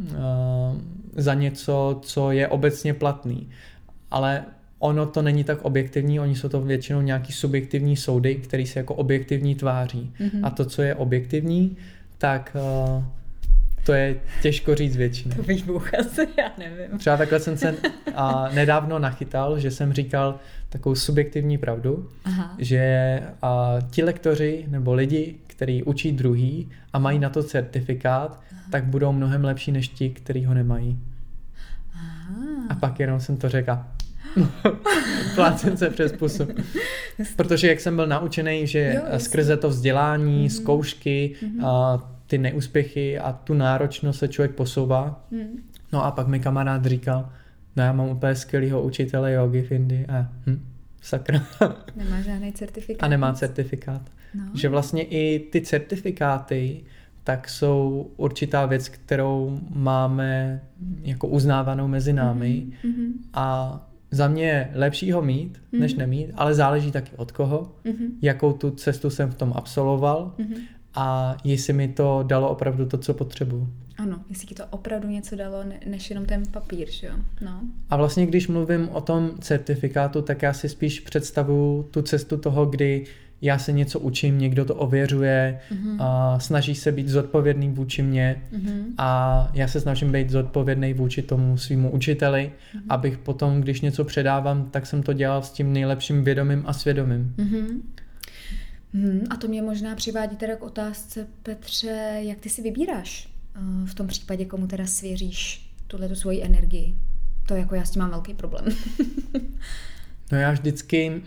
za něco, co je obecně platný. Ale ono to není tak objektivní, oni jsou to většinou nějaký subjektivní soudy, který se jako objektivní tváří. Mm-hmm. A to, co je objektivní, tak uh, To je těžko říct většinou. To bych Bůh asi, já nevím. Třeba takhle jsem se a, nedávno nachytal, že jsem říkal takovou subjektivní pravdu, Aha. že a, ti lektoři nebo lidi, kteří učí druhý a mají na to certifikát, Aha. tak budou mnohem lepší než ti, kteří ho nemají. Aha. A pak jenom jsem to řekl. Plácem se přes pusu. Protože jak jsem byl naučený, že jo, skrze to vzdělání, mm-hmm. zkoušky, mm-hmm. a ty neúspěchy a tu náročnost se člověk posouvá. Mm. No a pak mi kamarád říkal, no já mám úplně skvělýho učitele jogy v Indii a hm, sakra. Nemá žádný certifikát. A nemá certifikát. No. Že vlastně i ty certifikáty tak jsou určitá věc, kterou máme jako uznávanou mezi námi mm-hmm. a za mě je lepší ho mít, mm-hmm. než nemít, ale záleží taky od koho, mm-hmm. jakou tu cestu jsem v tom absolvoval mm-hmm. a jestli mi to dalo opravdu to, co potřebuju. Ano, jestli ti to opravdu něco dalo, než jenom ten papír, že jo? No. A vlastně, když mluvím o tom certifikátu, tak já si spíš představuju tu cestu toho, kdy já se něco učím, někdo to ověřuje, mm-hmm. a snaží se být zodpovědný vůči mně mm-hmm. a já se snažím být zodpovědný vůči tomu svýmu učiteli, mm-hmm. abych potom, když něco předávám, tak jsem to dělal s tím nejlepším vědomím a svědomím. Mm-hmm. Hmm, a to mě možná přivádí teda k otázce, Petře, jak ty si vybíráš uh, v tom případě, komu teda svěříš tuhletu svoji energii. To jako já s tím mám velký problém. No já vždycky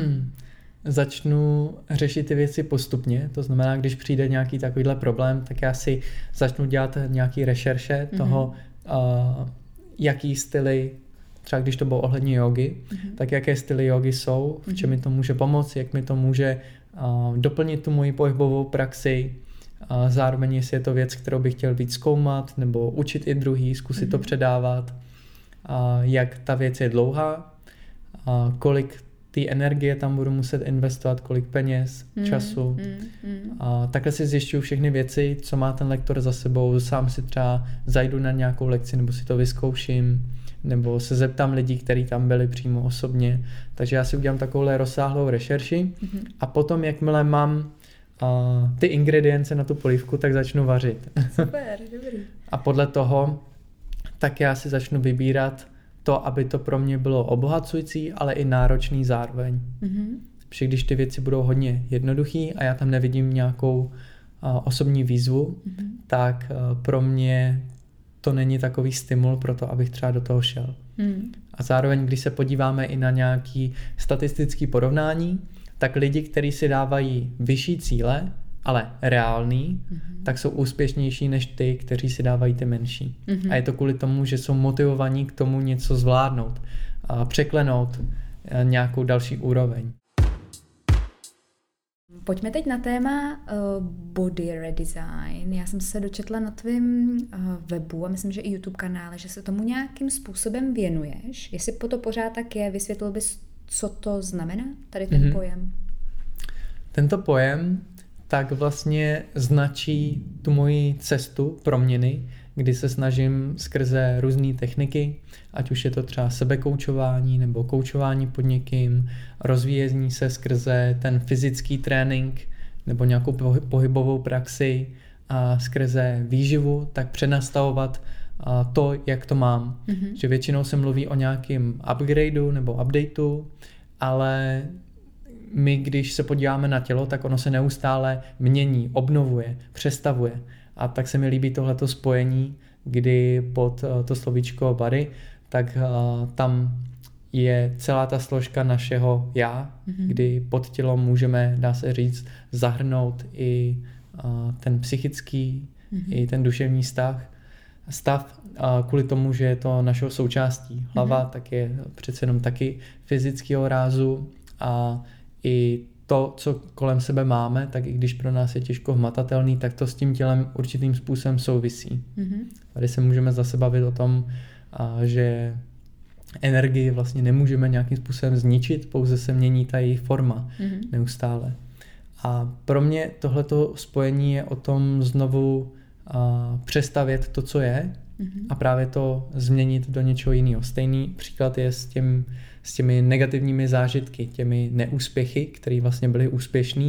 začnu řešit ty věci postupně, to znamená, když přijde nějaký takovýhle problém, tak já si začnu dělat nějaký rešerše mm-hmm. toho, uh, jaký styly, třeba když to bylo ohledně jogy, mm-hmm. tak jaké styly jogy jsou, v čem mi to může pomoct, jak mi to může uh, doplnit tu moji pohybovou praxi, uh, zároveň jestli je to věc, kterou bych chtěl víc zkoumat, nebo učit i druhý, zkusit mm-hmm. to předávat, uh, jak ta věc je dlouhá, uh, kolik ty energie tam budu muset investovat, kolik peněz, mm, času. Mm, mm. A takhle si zjišťuju všechny věci, co má ten lektor za sebou. Sám si třeba zajdu na nějakou lekci, nebo si to vyzkouším, nebo se zeptám lidí, kteří tam byli přímo osobně. Takže já si udělám takovouhle rozsáhlou rešerši mm. a potom, jakmile mám uh, ty ingredience na tu polívku, tak začnu vařit. Super, dobrý. A podle toho tak já si začnu vybírat to, aby to pro mě bylo obohacující, ale i náročný zároveň. Mm-hmm. Protože když ty věci budou hodně jednoduchý a já tam nevidím nějakou uh, osobní výzvu, mm-hmm. tak uh, pro mě to není takový stimul pro to, abych třeba do toho šel. Mm. A zároveň, když se podíváme i na nějaký statistický porovnání, tak lidi, kteří si dávají vyšší cíle, ale reální, mm-hmm. tak jsou úspěšnější než ty, kteří si dávají ty menší. Mm-hmm. A je to kvůli tomu, že jsou motivovaní k tomu něco zvládnout a překlenout nějakou další úroveň. Pojďme teď na téma uh, body redesign. Já jsem se dočetla na tvém uh, webu a myslím, že i YouTube kanále, že se tomu nějakým způsobem věnuješ. Jestli po to pořád tak je, vysvětlil bys, co to znamená, tady ten mm-hmm. pojem? Tento pojem tak vlastně značí tu moji cestu proměny, kdy se snažím skrze různé techniky, ať už je to třeba sebekoučování nebo koučování pod někým, rozvíjení se skrze ten fyzický trénink nebo nějakou pohybovou praxi a skrze výživu, tak přenastavovat to, jak to mám. Mm-hmm. Že většinou se mluví o nějakém upgradeu nebo updateu, ale my, když se podíváme na tělo, tak ono se neustále mění, obnovuje, přestavuje. A tak se mi líbí tohleto spojení, kdy pod to slovíčko body, tak uh, tam je celá ta složka našeho já, mm-hmm. kdy pod tělo můžeme, dá se říct, zahrnout i uh, ten psychický, mm-hmm. i ten duševní stav. Stav uh, kvůli tomu, že je to našeho součástí. Hlava mm-hmm. tak je přece jenom taky fyzického rázu a i to, co kolem sebe máme, tak i když pro nás je těžko hmatatelný, tak to s tím tělem určitým způsobem souvisí. Mm-hmm. Tady se můžeme zase bavit o tom, že energii vlastně nemůžeme nějakým způsobem zničit, pouze se mění ta její forma mm-hmm. neustále. A pro mě tohleto spojení je o tom znovu přestavět to, co je, mm-hmm. a právě to změnit do něčeho jiného. Stejný příklad je s tím s těmi negativními zážitky, těmi neúspěchy, které vlastně byly úspěšný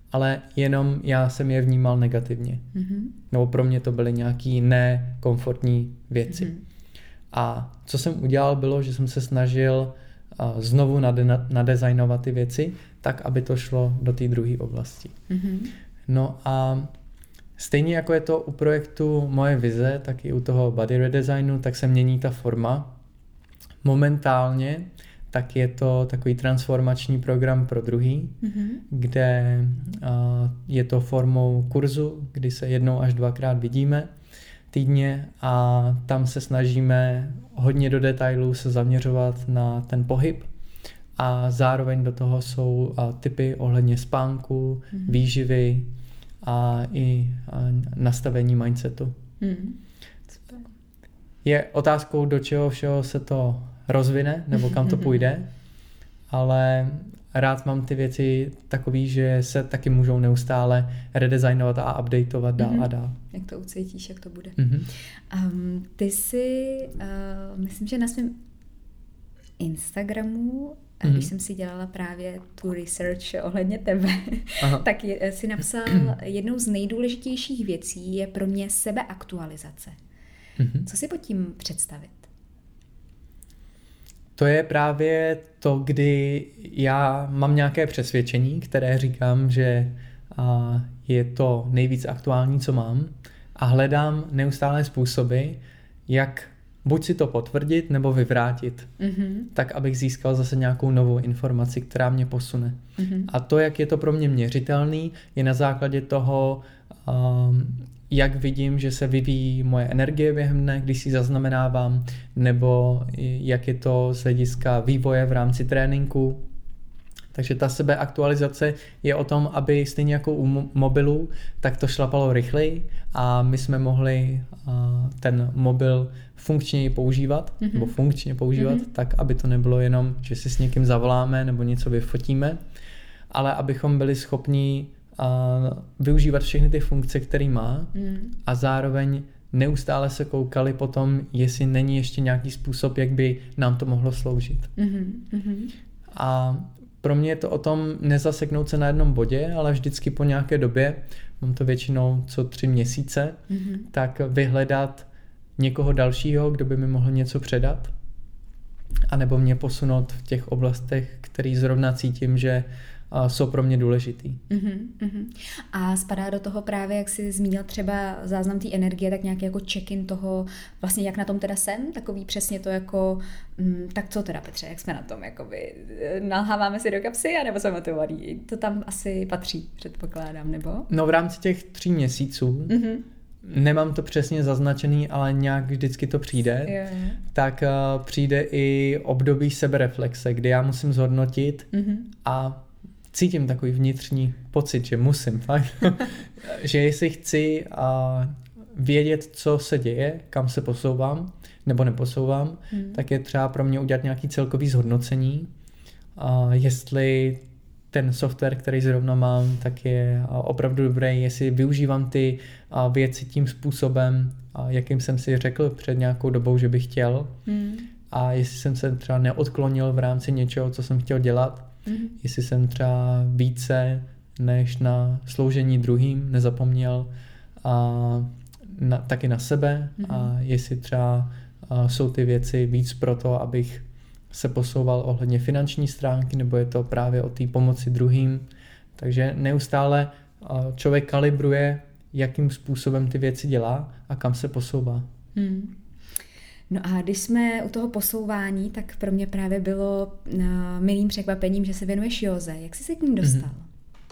ale jenom já jsem je vnímal negativně. Mm-hmm. Nebo pro mě to byly nějaký nekomfortní věci. Mm-hmm. A co jsem udělal bylo, že jsem se snažil uh, znovu nade- nadezajnovat ty věci, tak, aby to šlo do té druhé oblasti. Mm-hmm. No a stejně jako je to u projektu Moje vize, tak i u toho body redesignu, tak se mění ta forma. Momentálně tak je to takový transformační program pro druhý, mm-hmm. kde uh, je to formou kurzu, kdy se jednou až dvakrát vidíme týdně a tam se snažíme hodně do detailů se zaměřovat na ten pohyb a zároveň do toho jsou uh, tipy ohledně spánku, mm-hmm. výživy a i uh, nastavení mindsetu. Mm. Je otázkou, do čeho všeho se to rozvine, nebo kam to půjde, ale rád mám ty věci takový, že se taky můžou neustále redesignovat a updateovat dál mm-hmm. a dál. Jak to ucítíš, jak to bude. Mm-hmm. Um, ty jsi, uh, myslím, že na svém Instagramu, mm-hmm. když jsem si dělala právě tu research ohledně tebe, tak je, si napsal, jednou z nejdůležitějších věcí je pro mě sebeaktualizace. Mm-hmm. Co si pod tím představit? To je právě to, kdy já mám nějaké přesvědčení, které říkám, že je to nejvíc aktuální, co mám a hledám neustále způsoby, jak buď si to potvrdit nebo vyvrátit, mm-hmm. tak abych získal zase nějakou novou informaci, která mě posune. Mm-hmm. A to, jak je to pro mě měřitelný, je na základě toho, um, jak vidím, že se vyvíjí moje energie během dne, když si zaznamenávám, nebo jak je to z hlediska vývoje v rámci tréninku. Takže ta sebeaktualizace je o tom, aby stejně jako u mobilu, tak to šlapalo rychleji a my jsme mohli ten mobil funkčněji používat, mm-hmm. nebo funkčně používat, mm-hmm. tak aby to nebylo jenom, že si s někým zavoláme nebo něco vyfotíme, ale abychom byli schopni a využívat všechny ty funkce, které má mm. a zároveň neustále se koukali potom, jestli není ještě nějaký způsob, jak by nám to mohlo sloužit. Mm-hmm. A pro mě je to o tom nezaseknout se na jednom bodě, ale vždycky po nějaké době, mám to většinou co tři měsíce, mm-hmm. tak vyhledat někoho dalšího, kdo by mi mohl něco předat, anebo mě posunout v těch oblastech, který zrovna cítím, že a jsou pro mě důležitý. Uh-huh, uh-huh. A spadá do toho právě, jak jsi zmínil třeba záznam té energie, tak nějaký jako check-in toho, vlastně jak na tom teda jsem, takový přesně to jako, mm, tak co teda Petře, jak jsme na tom, jakoby nalháváme si do kapsy, anebo jsme motivovaní? To tam asi patří, předpokládám, nebo? No v rámci těch tří měsíců, uh-huh. nemám to přesně zaznačený, ale nějak vždycky to přijde, yeah. tak uh, přijde i období sebereflexe, kdy já musím zhodnotit uh-huh. a cítím takový vnitřní pocit, že musím, fakt. Že jestli chci a vědět, co se děje, kam se posouvám, nebo neposouvám, hmm. tak je třeba pro mě udělat nějaký celkový zhodnocení. A jestli ten software, který zrovna mám, tak je opravdu dobrý, jestli využívám ty věci tím způsobem, jakým jsem si řekl před nějakou dobou, že bych chtěl. Hmm. A jestli jsem se třeba neodklonil v rámci něčeho, co jsem chtěl dělat, mm-hmm. jestli jsem třeba více než na sloužení druhým nezapomněl a na, taky na sebe mm-hmm. a jestli třeba a, jsou ty věci víc pro to, abych se posouval ohledně finanční stránky, nebo je to právě o té pomoci druhým. Takže neustále a, člověk kalibruje, jakým způsobem ty věci dělá a kam se posouvá. Mm. No a když jsme u toho posouvání, tak pro mě právě bylo uh, milým překvapením, že se věnuješ józe. Jak jsi se k ní dostal? Mm-hmm.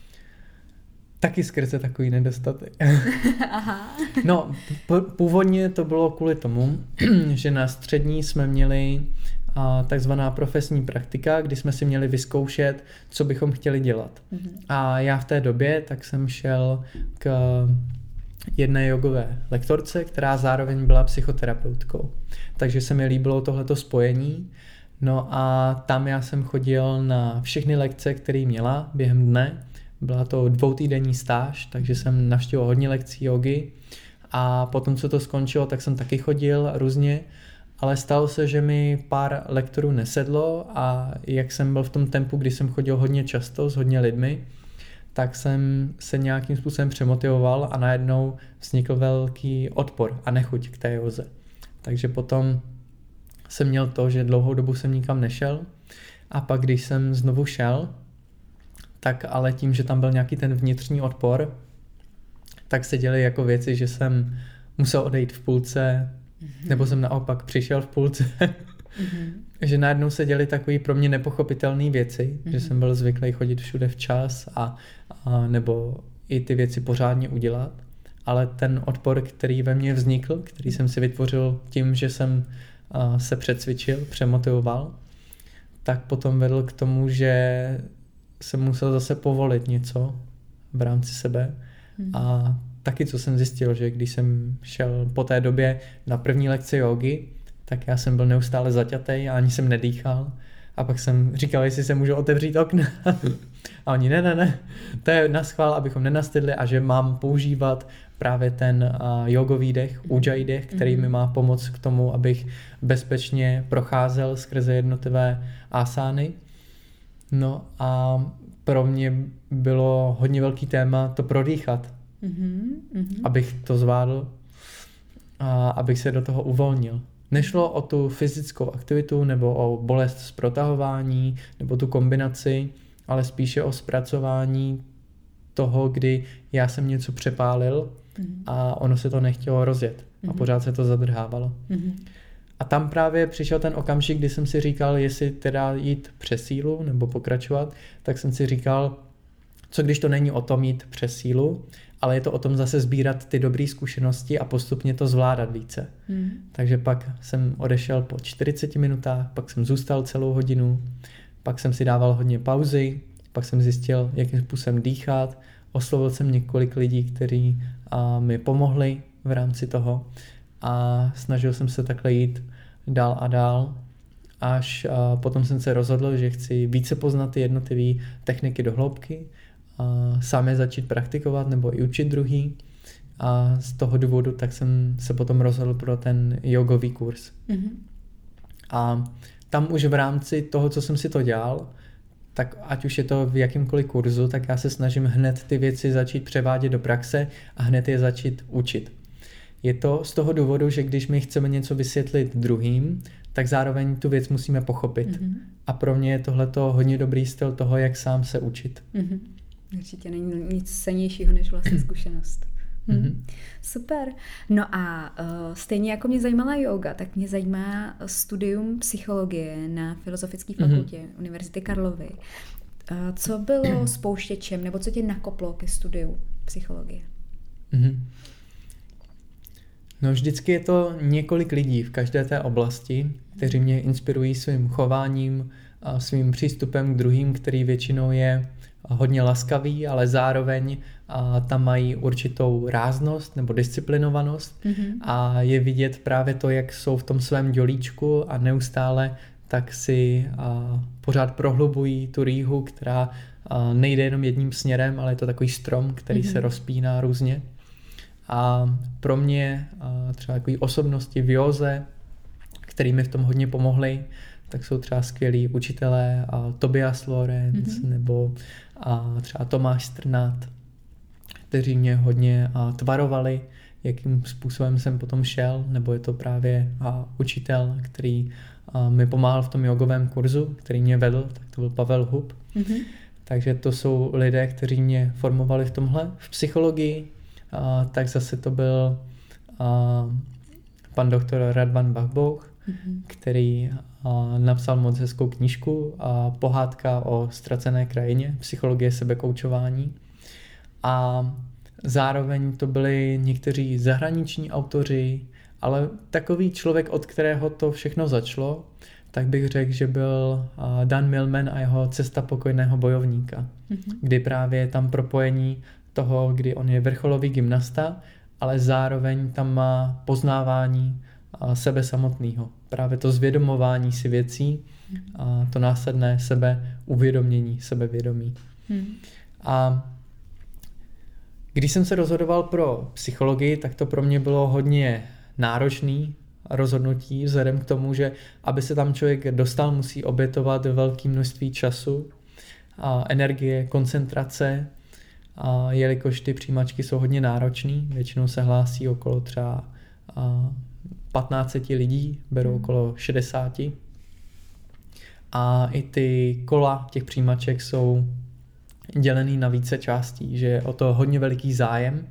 Taky skrze takový nedostatek. Aha. No, p- původně to bylo kvůli tomu, že na střední jsme měli uh, takzvaná profesní praktika, kdy jsme si měli vyzkoušet, co bychom chtěli dělat. Mm-hmm. A já v té době tak jsem šel k jedné jogové lektorce, která zároveň byla psychoterapeutkou. Takže se mi líbilo tohleto spojení. No a tam já jsem chodil na všechny lekce, které měla během dne. Byla to dvoutýdenní stáž, takže jsem navštívil hodně lekcí jogy. A potom, co to skončilo, tak jsem taky chodil různě. Ale stalo se, že mi pár lektorů nesedlo a jak jsem byl v tom tempu, kdy jsem chodil hodně často s hodně lidmi, tak jsem se nějakým způsobem přemotivoval a najednou vznikl velký odpor a nechuť k té józe. Takže potom jsem měl to, že dlouhou dobu jsem nikam nešel a pak když jsem znovu šel, tak ale tím, že tam byl nějaký ten vnitřní odpor, tak se děly jako věci, že jsem musel odejít v půlce, mm-hmm. nebo jsem naopak přišel v půlce. Mm-hmm. Že najednou se děly takové pro mě nepochopitelné věci, mm-hmm. že jsem byl zvyklý chodit všude včas a, a nebo i ty věci pořádně udělat. Ale ten odpor, který ve mně vznikl, který jsem si vytvořil tím, že jsem uh, se přecvičil, přemotivoval, tak potom vedl k tomu, že jsem musel zase povolit něco v rámci sebe. Mm-hmm. A taky, co jsem zjistil, že když jsem šel po té době na první lekci jógy, tak já jsem byl neustále zaťatej a ani jsem nedýchal. A pak jsem říkal, jestli se můžu otevřít okna. A oni, ne, ne, ne, to je naschvál, abychom nenastydli a že mám používat právě ten uh, jogový dech, ujjayi dech, který mm-hmm. mi má pomoct k tomu, abych bezpečně procházel skrze jednotlivé asány. No a pro mě bylo hodně velký téma to prodýchat, mm-hmm. abych to zvládl a abych se do toho uvolnil. Nešlo o tu fyzickou aktivitu nebo o bolest z protahování nebo tu kombinaci, ale spíše o zpracování toho, kdy já jsem něco přepálil mm-hmm. a ono se to nechtělo rozjet mm-hmm. a pořád se to zadrhávalo. Mm-hmm. A tam právě přišel ten okamžik, kdy jsem si říkal, jestli teda jít přes sílu nebo pokračovat, tak jsem si říkal, co když to není o tom jít přes sílu, ale je to o tom zase sbírat ty dobré zkušenosti a postupně to zvládat více. Hmm. Takže pak jsem odešel po čtyřiceti minutách, pak jsem zůstal celou hodinu, pak jsem si dával hodně pauzy, pak jsem zjistil, jakým způsobem dýchat, oslovil jsem několik lidí, kteří a, mi pomohli v rámci toho a snažil jsem se takhle jít dál a dál, až a, potom jsem se rozhodl, že chci více poznat ty jednotlivé techniky do hloubky, a sám je začít praktikovat nebo i učit druhý. A z toho důvodu tak jsem se potom rozhodl pro ten jogový kurz. Mm-hmm. A tam už v rámci toho, co jsem si to dělal, tak ať už je to v jakýmkoliv kurzu, tak já se snažím hned ty věci začít převádět do praxe a hned je začít učit. Je to z toho důvodu, že když my chceme něco vysvětlit druhým, tak zároveň tu věc musíme pochopit. Mm-hmm. A pro mě je tohleto hodně dobrý styl toho, jak sám se učit. Mm-hmm. Určitě není nic cennějšího než vlastně zkušenost. Hmm. Mm-hmm. Super. No a uh, stejně jako mě zajímala yoga, tak mě zajímá studium psychologie na Filozofické fakultě mm-hmm. Univerzity Karlovy. Uh, co bylo spouštěčem, nebo co tě nakoplo ke studiu psychologie? Mm-hmm. No vždycky je to několik lidí v každé té oblasti, kteří mě inspirují svým chováním a svým přístupem k druhým, který většinou je hodně laskavý, ale zároveň a, tam mají určitou ráznost nebo disciplinovanost mm-hmm. a je vidět právě to, jak jsou v tom svém dělíčku a neustále tak si a, pořád prohlubují tu rýhu, která a, nejde jenom jedním směrem, ale je to takový strom, který mm-hmm. se rozpíná různě. A pro mě a, třeba takové osobnosti v józe, který mi v tom hodně pomohly, tak jsou třeba skvělí učitelé a Tobias Lorenz mm-hmm. nebo a třeba Tomáš Strnad, kteří mě hodně a, tvarovali, jakým způsobem jsem potom šel, nebo je to právě a, učitel, který a, mi pomáhal v tom jogovém kurzu, který mě vedl, tak to byl Pavel Hub. Mm-hmm. Takže to jsou lidé, kteří mě formovali v tomhle. V psychologii a, tak zase to byl a, pan doktor Radvan Bach-Bouch, mm-hmm. který a, napsal moc hezkou knížku a Pohádka o ztracené krajině, psychologie sebekoučování. A zároveň to byli někteří zahraniční autoři, ale takový člověk, od kterého to všechno začalo, tak bych řekl, že byl Dan Millman a jeho Cesta pokojného bojovníka, mm-hmm. kdy právě je tam propojení toho, kdy on je vrcholový gymnasta, ale zároveň tam má poznávání sebe samotného. Právě to zvědomování si věcí a to následné sebe uvědomění, sebevědomí. Hmm. A když jsem se rozhodoval pro psychologii, tak to pro mě bylo hodně náročný rozhodnutí, vzhledem k tomu, že aby se tam člověk dostal, musí obětovat velké množství času, a energie, koncentrace a jelikož ty přijímačky jsou hodně náročný, většinou se hlásí okolo třeba patnáct lidí, berou okolo šedesát. A i ty kola těch přijímaček jsou dělený na více částí, že je o to hodně veliký zájem.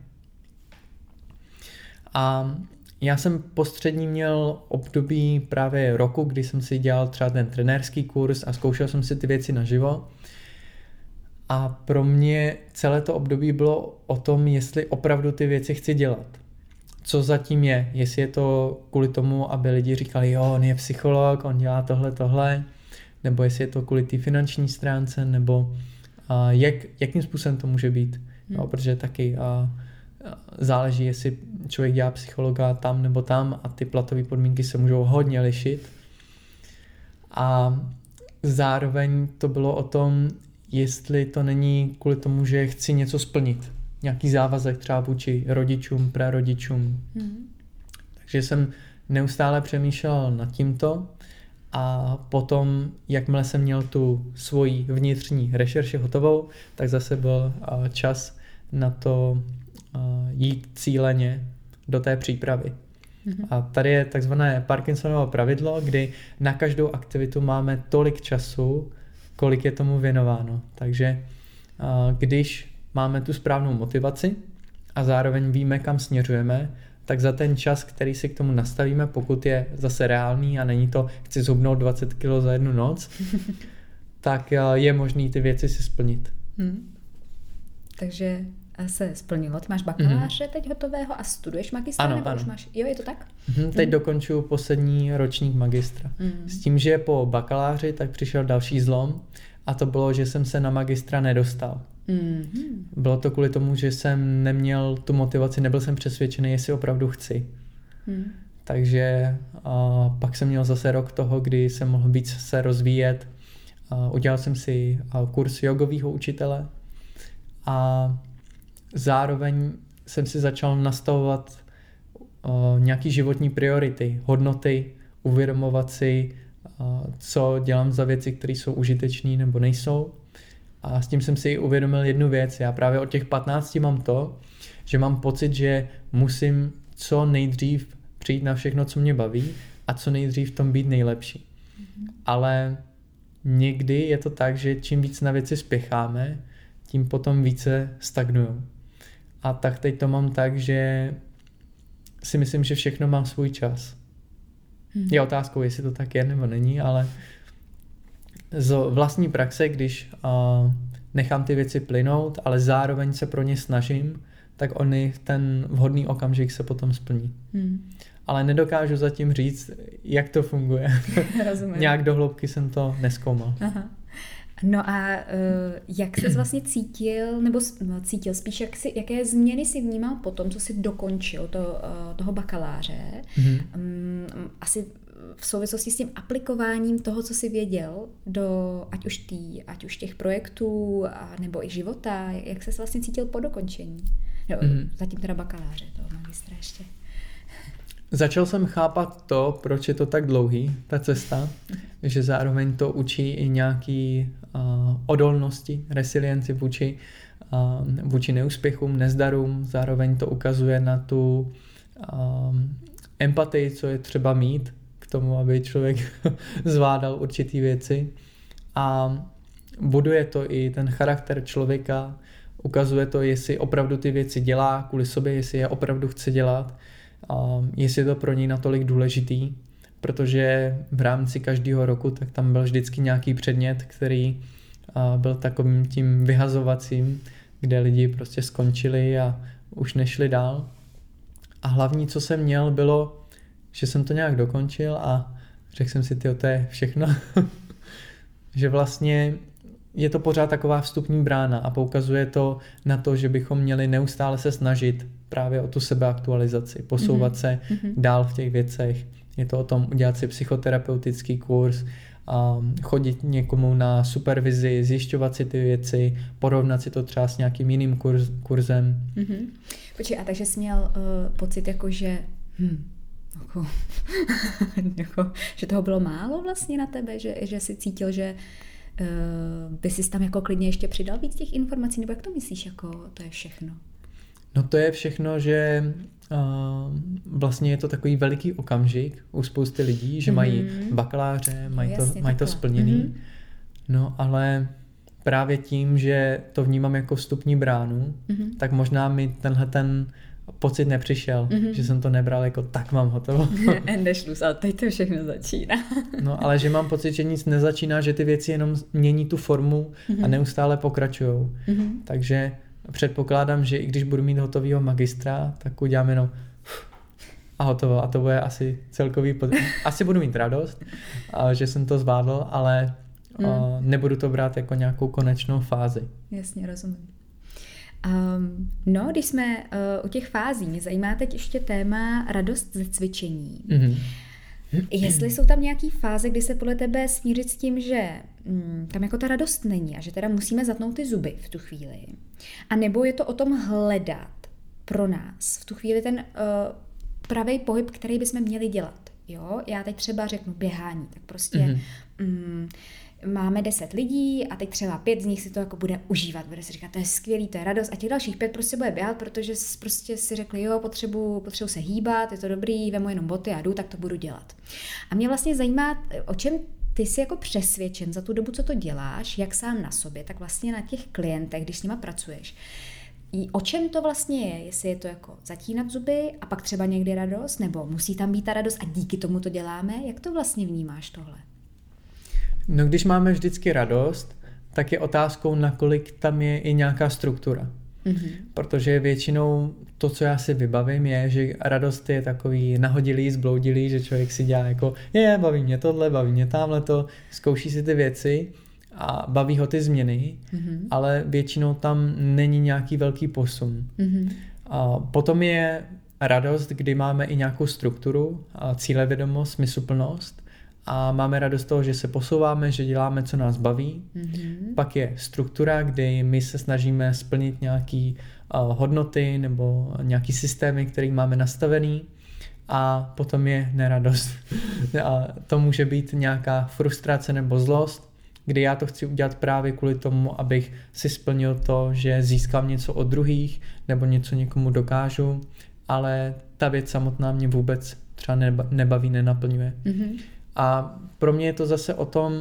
A já jsem postřední měl období právě roku, kdy jsem si dělal třeba ten trenérský kurz a zkoušel jsem si ty věci naživo. A pro mě celé to období bylo o tom, jestli opravdu ty věci chci dělat. Co zatím je, jestli je to kvůli tomu, aby lidi říkali, jo, on je psycholog, on dělá tohle, tohle, nebo jestli je to kvůli té finanční stránce, nebo a jak, jakým způsobem to může být. Hmm. Jo, protože taky a, záleží, jestli člověk dělá psychologa tam nebo tam a ty platové podmínky se můžou hodně lišit. A zároveň to bylo o tom, jestli to není kvůli tomu, že chci něco splnit. Nějaký závazek třeba vůči rodičům, prarodičům. Hmm. Takže jsem neustále přemýšlel nad tímto a potom, jakmile jsem měl tu svoji vnitřní rešerši hotovou, tak zase byl čas na to jít cíleně do té přípravy. Mm-hmm. A tady je takzvané Parkinsonovo pravidlo, kdy na každou aktivitu máme tolik času, kolik je tomu věnováno. Takže když máme tu správnou motivaci a zároveň víme, kam směřujeme, tak za ten čas, který si k tomu nastavíme, pokud je zase reálný a není to chci zhubnout dvacet kilo za jednu noc, tak je možný ty věci si splnit. Hmm. Takže se splnilo. Ty máš bakaláře mm. teď hotového a studuješ magistra? Ano, nebo ano. Už máš? Jo, je to tak? Mm, teď mm. dokončuju poslední ročník magistra. Mm. S tím, že po bakaláři tak přišel další zlom a to bylo, že jsem se na magistra nedostal. Mm. Bylo to kvůli tomu, že jsem neměl tu motivaci, nebyl jsem přesvědčený, jestli opravdu chci. Mm. Takže a pak jsem měl zase rok toho, kdy jsem mohl víc se rozvíjet. A udělal jsem si kurz jogového učitele a zároveň jsem si začal nastavovat uh, nějaký životní priority, hodnoty, uvědomovat si, uh, co dělám za věci, které jsou užitečné nebo nejsou. A s tím jsem si uvědomil jednu věc. Já právě od těch patnácti mám to, že mám pocit, že musím co nejdřív přijít na všechno, co mě baví a co nejdřív v tom být nejlepší. Mm-hmm. Ale někdy je to tak, že čím víc na věci spěcháme, tím potom více stagnujou. A tak teď to mám tak, že si myslím, že všechno má svůj čas. Hmm. Je otázkou, jestli to tak je nebo není, ale z vlastní praxe, když uh, nechám ty věci plynout, ale zároveň se pro ně snažím, tak oni v ten vhodný okamžik se potom splní. Hmm. Ale nedokážu zatím říct, jak to funguje. Rozumím. Nějak do hloubky jsem to nezkoumal. Aha. No a uh, jak ses vlastně cítil, nebo no, cítil spíš, jak si, jaké změny si vnímal po tom, co jsi dokončil to, uh, toho bakaláře? Mm-hmm. Um, asi v souvislosti s tím aplikováním toho, co jsi věděl, do ať už, tý, ať už těch projektů, a, nebo i života, jak ses vlastně cítil po dokončení? No, mm-hmm. Zatím teda bakaláře, toho magistra ještě. Začal jsem chápat to, proč je to tak dlouhý, ta cesta, že zároveň to učí i nějaký uh, odolnosti, resilienci vůči, uh, vůči neúspěchům, nezdarům, zároveň to ukazuje na tu uh, empatii, co je třeba mít k tomu, aby člověk zvládal určitý věci a buduje to i ten charakter člověka, ukazuje to, jestli opravdu ty věci dělá kvůli sobě, jestli je opravdu chce dělat, a jestli je to pro něj natolik důležitý, protože v rámci každého roku tak tam byl vždycky nějaký předmět, který byl takovým tím vyhazovacím, kde lidi prostě skončili a už nešli dál. A hlavní, co jsem měl, bylo, že jsem to nějak dokončil a řekl jsem si, tyjo, to je všechno. Že vlastně je to pořád taková vstupní brána a poukazuje to na to, že bychom měli neustále se snažit právě o tu sebeaktualizaci, posouvat mm-hmm. se mm-hmm. dál v těch věcech. Je to o tom udělat si psychoterapeutický kurz, um, chodit někomu na supervizi, zjišťovat si ty věci, porovnat si to třeba s nějakým jiným kurz, kurzem. Mm-hmm. Počkej, a takže jsi měl uh, pocit jako, že hm, jako, jako, že toho bylo málo vlastně na tebe, že, že jsi cítil, že by si tam jako klidně ještě přidal víc těch informací, nebo jak to myslíš, jako to je všechno? No to je všechno, že uh, vlastně je to takový veliký okamžik u spousty lidí, že mm-hmm. mají bakaláře, mají, no, jasně, to, mají to splněný, mm-hmm. no ale právě tím, že to vnímám jako vstupní bránu, mm-hmm. tak možná mi tenhle ten pocit nepřišel, mm-hmm. že jsem to nebral jako tak mám hotovo. Ende šluz, ale teď to všechno začíná. No ale že mám pocit, že nic nezačíná, že ty věci jenom mění tu formu mm-hmm. a neustále pokračujou. Mm-hmm. Takže předpokládám, že i když budu mít hotovýho magistra, tak udělám jenom a hotovo. A to bude asi celkový pod... Asi budu mít radost, že jsem to zvládl, ale mm. nebudu to brát jako nějakou konečnou fázi. Jasně, rozumím. Um, no, když jsme uh, u těch fází, mě zajímá teď ještě téma radost ze cvičení. Mm-hmm. Jestli jsou tam nějaký fáze, kdy se podle tebe smířit s tím, že mm, tam jako ta radost není a že teda musíme zatnout ty zuby v tu chvíli. A nebo je to o tom hledat pro nás v tu chvíli ten uh, pravý pohyb, který bychom měli dělat. Jo? Já teď třeba řeknu běhání, tak prostě mm-hmm. mm, máme deset lidí a teď třeba pět z nich si to jako bude užívat, bude si říkat, to je skvělý, to je radost a těch dalších pět prostě bude běhat, protože prostě si řekli, jo, potřebuji potřebuji se hýbat, je to dobrý, vemu jenom boty a jdu, tak to budu dělat. A mě vlastně zajímá, o čem ty jsi jako přesvědčen za tu dobu, co to děláš, jak sám na sobě, tak vlastně na těch klientech, když s nima pracuješ. O čem to vlastně je? Jestli je to jako zatínat zuby a pak třeba někdy radost, nebo musí tam být ta radost a díky tomu to děláme? Jak to vlastně vnímáš tohle? No když máme vždycky radost, tak je otázkou, nakolik tam je i nějaká struktura. Mm-hmm. Protože většinou to, co já si vybavím, je, že radost je takový nahodilý, zbloudilý, že člověk si dělá jako, je, baví mě tohle, baví mě tamhleto, zkouší si ty věci a baví ho ty změny, mm-hmm. ale většinou tam není nějaký velký posun. Mm-hmm. A potom je radost, kdy máme i nějakou strukturu, a cílevědomost, smysluplnost, a máme radost z toho, že se posouváme, že děláme, co nás baví. Mm-hmm. Pak je struktura, kdy my se snažíme splnit nějaké uh, hodnoty nebo nějaký systémy, které máme nastavený. A potom je neradost. A to může být nějaká frustrace nebo zlost, kdy já to chci udělat právě kvůli tomu, abych si splnil to, že získám něco od druhých nebo něco někomu dokážu, ale ta věc samotná mě vůbec třeba nebaví, nenaplňuje. Mm-hmm. A pro mě je to zase o tom,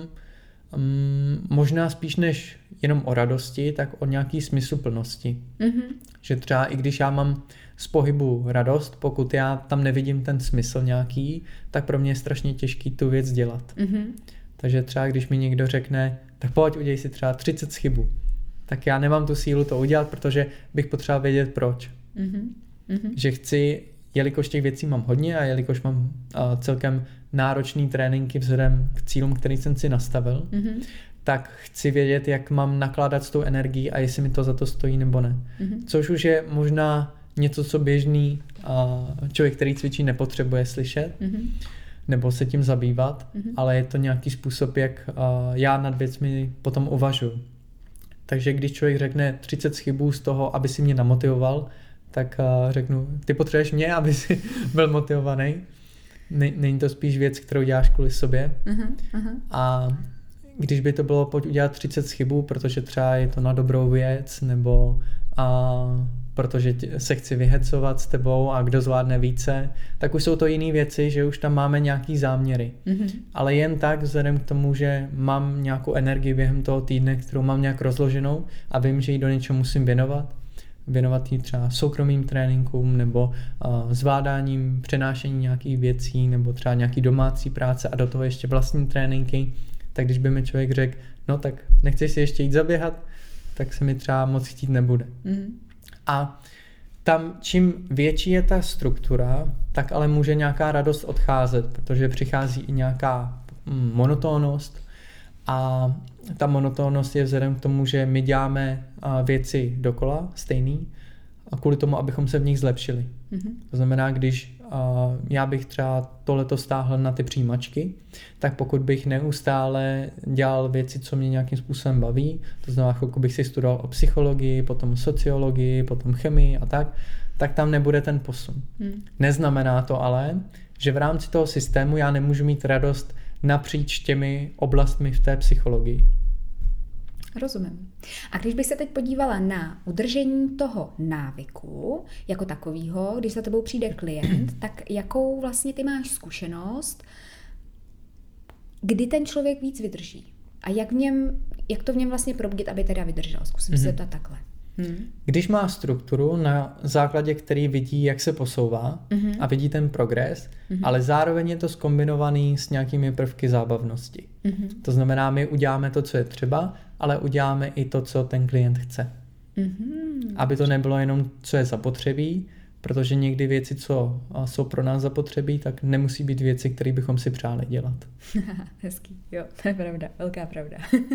um, možná spíš než jenom o radosti, tak o nějaký smysluplnosti. Mm-hmm. Že třeba i když já mám z pohybu radost, pokud já tam nevidím ten smysl nějaký, tak pro mě je strašně těžký tu věc dělat. Mm-hmm. Takže třeba když mi někdo řekne, tak pojď, udělej si třeba třicet schybů, tak já nemám tu sílu to udělat, protože bych potřeboval vědět proč. Mm-hmm. Že chci, jelikož těch věcí mám hodně a jelikož mám uh, celkem náročný tréninky vzhledem k cílům, který jsem si nastavil, mm-hmm. tak chci vědět, jak mám nakládat s tou energií a jestli mi to za to stojí nebo ne. Mm-hmm. Což už je možná něco, co běžný uh, člověk, který cvičí, nepotřebuje slyšet mm-hmm. nebo se tím zabývat, mm-hmm. ale je to nějaký způsob, jak uh, já nad věcmi potom uvažuji. Takže když člověk řekne třicet schybů z toho, aby si mě namotivoval, tak uh, řeknu, ty potřebuješ mě, aby si byl motivovaný. Není to spíš věc, kterou děláš kvůli sobě. Uh-huh, uh-huh. A když by to bylo, pojď udělat třicet schybů, protože třeba je to na dobrou věc, nebo a, protože se chci vyhecovat s tebou a kdo zvládne více, tak už jsou to jiné věci, že už tam máme nějaký záměry. Uh-huh. Ale jen tak, vzhledem k tomu, že mám nějakou energii během toho týdne, kterou mám nějak rozloženou a vím, že ji do něčeho musím věnovat, věnovat jí třeba soukromým tréninkům nebo uh, zvládáním, přenášení nějakých věcí nebo třeba nějaký domácí práce a do toho ještě vlastní tréninky, tak když by mi člověk řekl, no tak nechceš si ještě jít zaběhat, tak se mi třeba moc chtít nebude. Mm. A tam čím větší je ta struktura, tak ale může nějaká radost odcházet, protože přichází i nějaká mm, monotónnost a ta monotónnost je vzhledem k tomu, že my děláme věci dokola, stejný, a kvůli tomu, abychom se v nich zlepšili. Mm-hmm. To znamená, když uh, já bych třeba tohleto stáhl na ty přijímačky, tak pokud bych neustále dělal věci, co mě nějakým způsobem baví, to znamená, chvilku bych si studoval o psychologii, potom sociologii, potom chemii a tak, tak tam nebude ten posun. Mm. Neznamená to ale, že v rámci toho systému já nemůžu mít radost napříč těmi oblastmi v té psychologii. Rozumím. A když bych se teď podívala na udržení toho návyku jako takového, když za tebou přijde klient, tak jakou vlastně ty máš zkušenost, kdy ten člověk víc vydrží? A jak, v něm, jak to v něm vlastně probudit, aby teda vydržel? Zkusím mm-hmm. se zeptat takhle. Hmm. Když má strukturu, na základě který vidí, jak se posouvá mm-hmm. a vidí ten progres, mm-hmm. ale zároveň je to zkombinovaný s nějakými prvky zábavnosti. Mm-hmm. To znamená, my uděláme to, co je třeba, ale uděláme i to, co ten klient chce. Mm-hmm. Aby to nebylo jenom, co je zapotřebí, protože někdy věci, co jsou pro nás zapotřebí, tak nemusí být věci, které bychom si přáli dělat. Hezký, jo, to je pravda, velká pravda.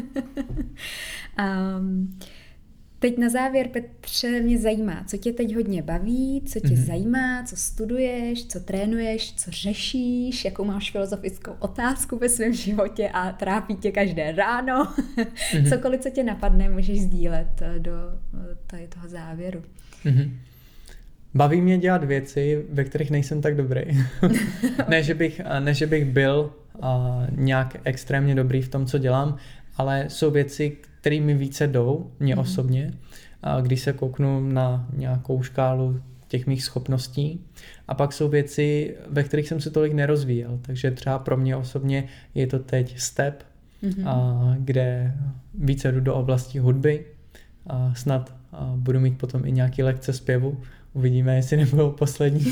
um, Teď na závěr, Petře, mě zajímá, co tě teď hodně baví, co tě mm-hmm. zajímá, co studuješ, co trénuješ, co řešíš, jakou máš filozofickou otázku ve svém životě a trápí tě každé ráno. Mm-hmm. Cokoliv, co tě napadne, můžeš sdílet do tady toho závěru. Mm-hmm. Baví mě dělat věci, ve kterých nejsem tak dobrý. ne, že bych, ne, že bych byl uh, nějak extrémně dobrý v tom, co dělám, ale jsou věci, které mi více jdou, mě mm. osobně, a když se kouknu na nějakou škálu těch mých schopností. A pak jsou věci, ve kterých jsem se tolik nerozvíjel. Takže třeba pro mě osobně je to teď step, mm-hmm. a, kde více jdu do oblasti hudby. A snad a budu mít potom i nějaké lekce zpěvu. Uvidíme, jestli nebudou poslední.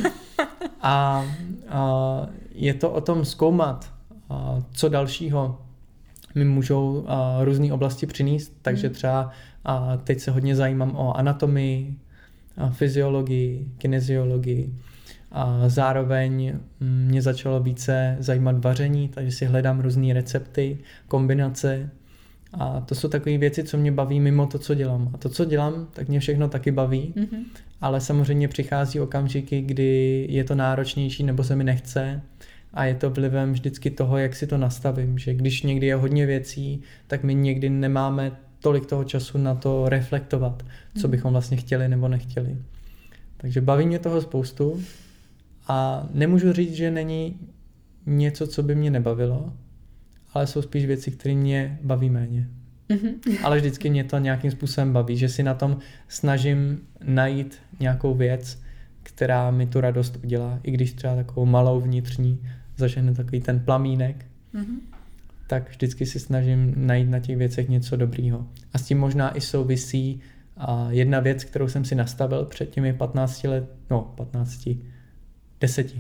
a, a je to o tom zkoumat, a co dalšího mi můžou a, různé oblasti přinést, takže třeba a, teď se hodně zajímám o anatomii, a, fyziologii, kineziologii. A zároveň mě začalo více zajímat vaření, takže si hledám různé recepty, kombinace. A to jsou takové věci, co mě baví mimo to, co dělám. A to, co dělám, tak mě všechno taky baví, mm-hmm. ale samozřejmě přichází okamžiky, kdy je to náročnější nebo se mi nechce. A je to vlivem vždycky toho, jak si to nastavím, že když někdy je hodně věcí, tak my někdy nemáme tolik toho času na to reflektovat, co bychom vlastně chtěli nebo nechtěli. Takže baví mě toho spoustu a nemůžu říct, že není něco, co by mě nebavilo, ale jsou spíš věci, které mě baví méně. Mm-hmm. Ale vždycky mě to nějakým způsobem baví, že si na tom snažím najít nějakou věc, která mi tu radost udělá, i když třeba takovou malou vnitřní zažehne takový ten plamínek, mm-hmm. tak vždycky si snažím najít na těch věcech něco dobrýho. A s tím možná i souvisí a jedna věc, kterou jsem si nastavil před těmi patnácti let, no patnácti, deseti.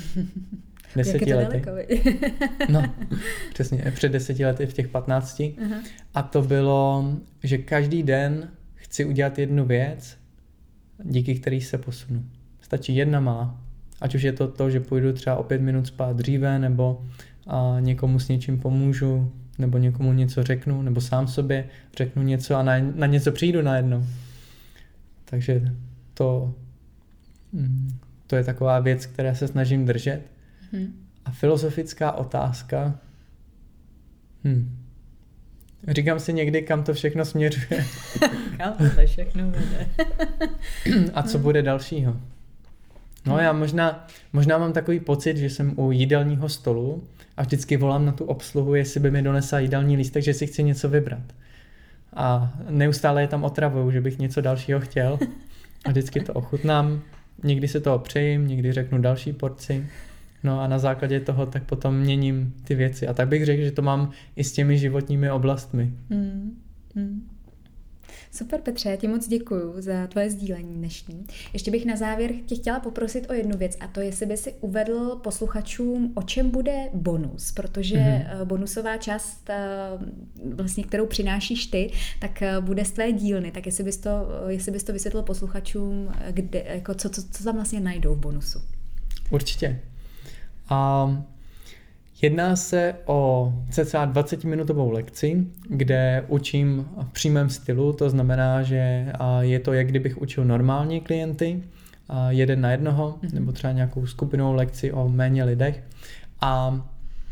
Deseti lety. No, přesně, před deseti lety v těch patnácti. Uh-huh. A to bylo, že každý den chci udělat jednu věc, díky který se posunu. Stačí jedna malá. Ať už je to to, že půjdu třeba o pět minut spát dříve, nebo a někomu s něčím pomůžu, nebo někomu něco řeknu, nebo sám sobě řeknu něco a na, na něco přijdu najednou. Takže to, to je taková věc, které se snažím držet. Hmm. A filozofická otázka. Hm. Říkám si někdy, kam to všechno směřuje. Kam to všechno vede. A co bude dalšího? No já možná, možná mám takový pocit, že jsem u jídelního stolu a vždycky volám na tu obsluhu, jestli by mi donesla jídelní lístek, že si chci něco vybrat. A neustále je tam otravou, že bych něco dalšího chtěl. A vždycky to ochutnám. Někdy se toho přejím, někdy řeknu další porci. No a na základě toho tak potom měním ty věci. A tak bych řekl, že to mám i s těmi životními oblastmi. Mm, mm. Super, Petře, já ti moc děkuju za tvoje sdílení dnešní. Ještě bych na závěr tě chtěla poprosit o jednu věc, a to jestli by si uvedl posluchačům, o čem bude bonus, protože mm-hmm. bonusová část, vlastně, kterou přinášíš ty, tak bude z tvé dílny. Tak jestli bys to, jestli bys to vysvětlil posluchačům, kde, jako co, co, co tam vlastně najdou v bonusu. Určitě. A jedná se o cca dvacetiminutovou lekci, kde učím v přímém stylu, to znamená, že je to, jak kdybych učil normálně klienty, jeden na jednoho, mm-hmm. nebo třeba nějakou skupinovou lekci o méně lidech. A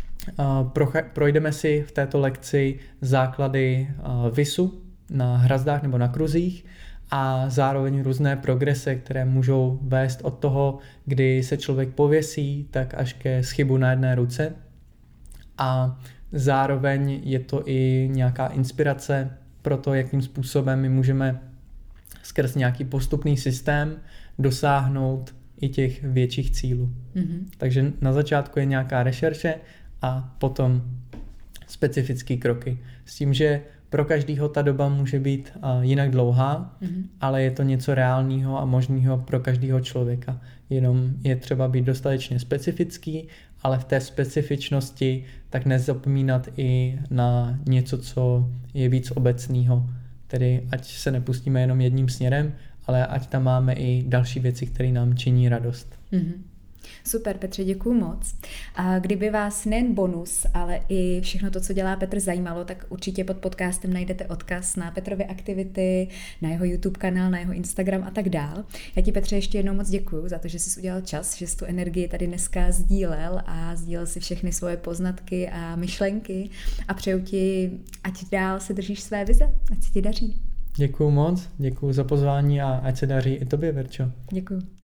projdeme si v této lekci základy visu na hrazdách nebo na kruzích, a zároveň různé progrese, které můžou vést od toho, kdy se člověk pověsí, tak až ke schybu na jedné ruce. A zároveň je to i nějaká inspirace pro to, jakým způsobem my můžeme skrz nějaký postupný systém dosáhnout i těch větších cílů. Mm-hmm. Takže na začátku je nějaká rešerše a potom specifické kroky. S tím, že pro každého ta doba může být uh, jinak dlouhá, mm-hmm. ale je to něco reálného a možného pro každého člověka. Jenom je třeba být dostatečně specifický, ale v té specifičnosti tak nezapomínat i na něco, co je víc obecného. Tedy ať se nepustíme jenom jedním směrem, ale ať tam máme i další věci, které nám činí radost. Mm-hmm. Super, Petře, děkuju moc. A kdyby vás nejen bonus, ale i všechno to, co dělá Petr, zajímalo, tak určitě pod podcastem najdete odkaz na Petrovy aktivity, na jeho YouTube kanál, na jeho Instagram a tak dál. Já ti, Petře, ještě jednou moc děkuju za to, že jsi udělal čas, že jsi tu energii tady dneska sdílel a sdílel si všechny svoje poznatky a myšlenky a přeju ti, ať dál se držíš své vize, ať se ti daří. Děkuju moc, děkuju za pozvání a ať se daří i tobě, Verčo. Děkuju.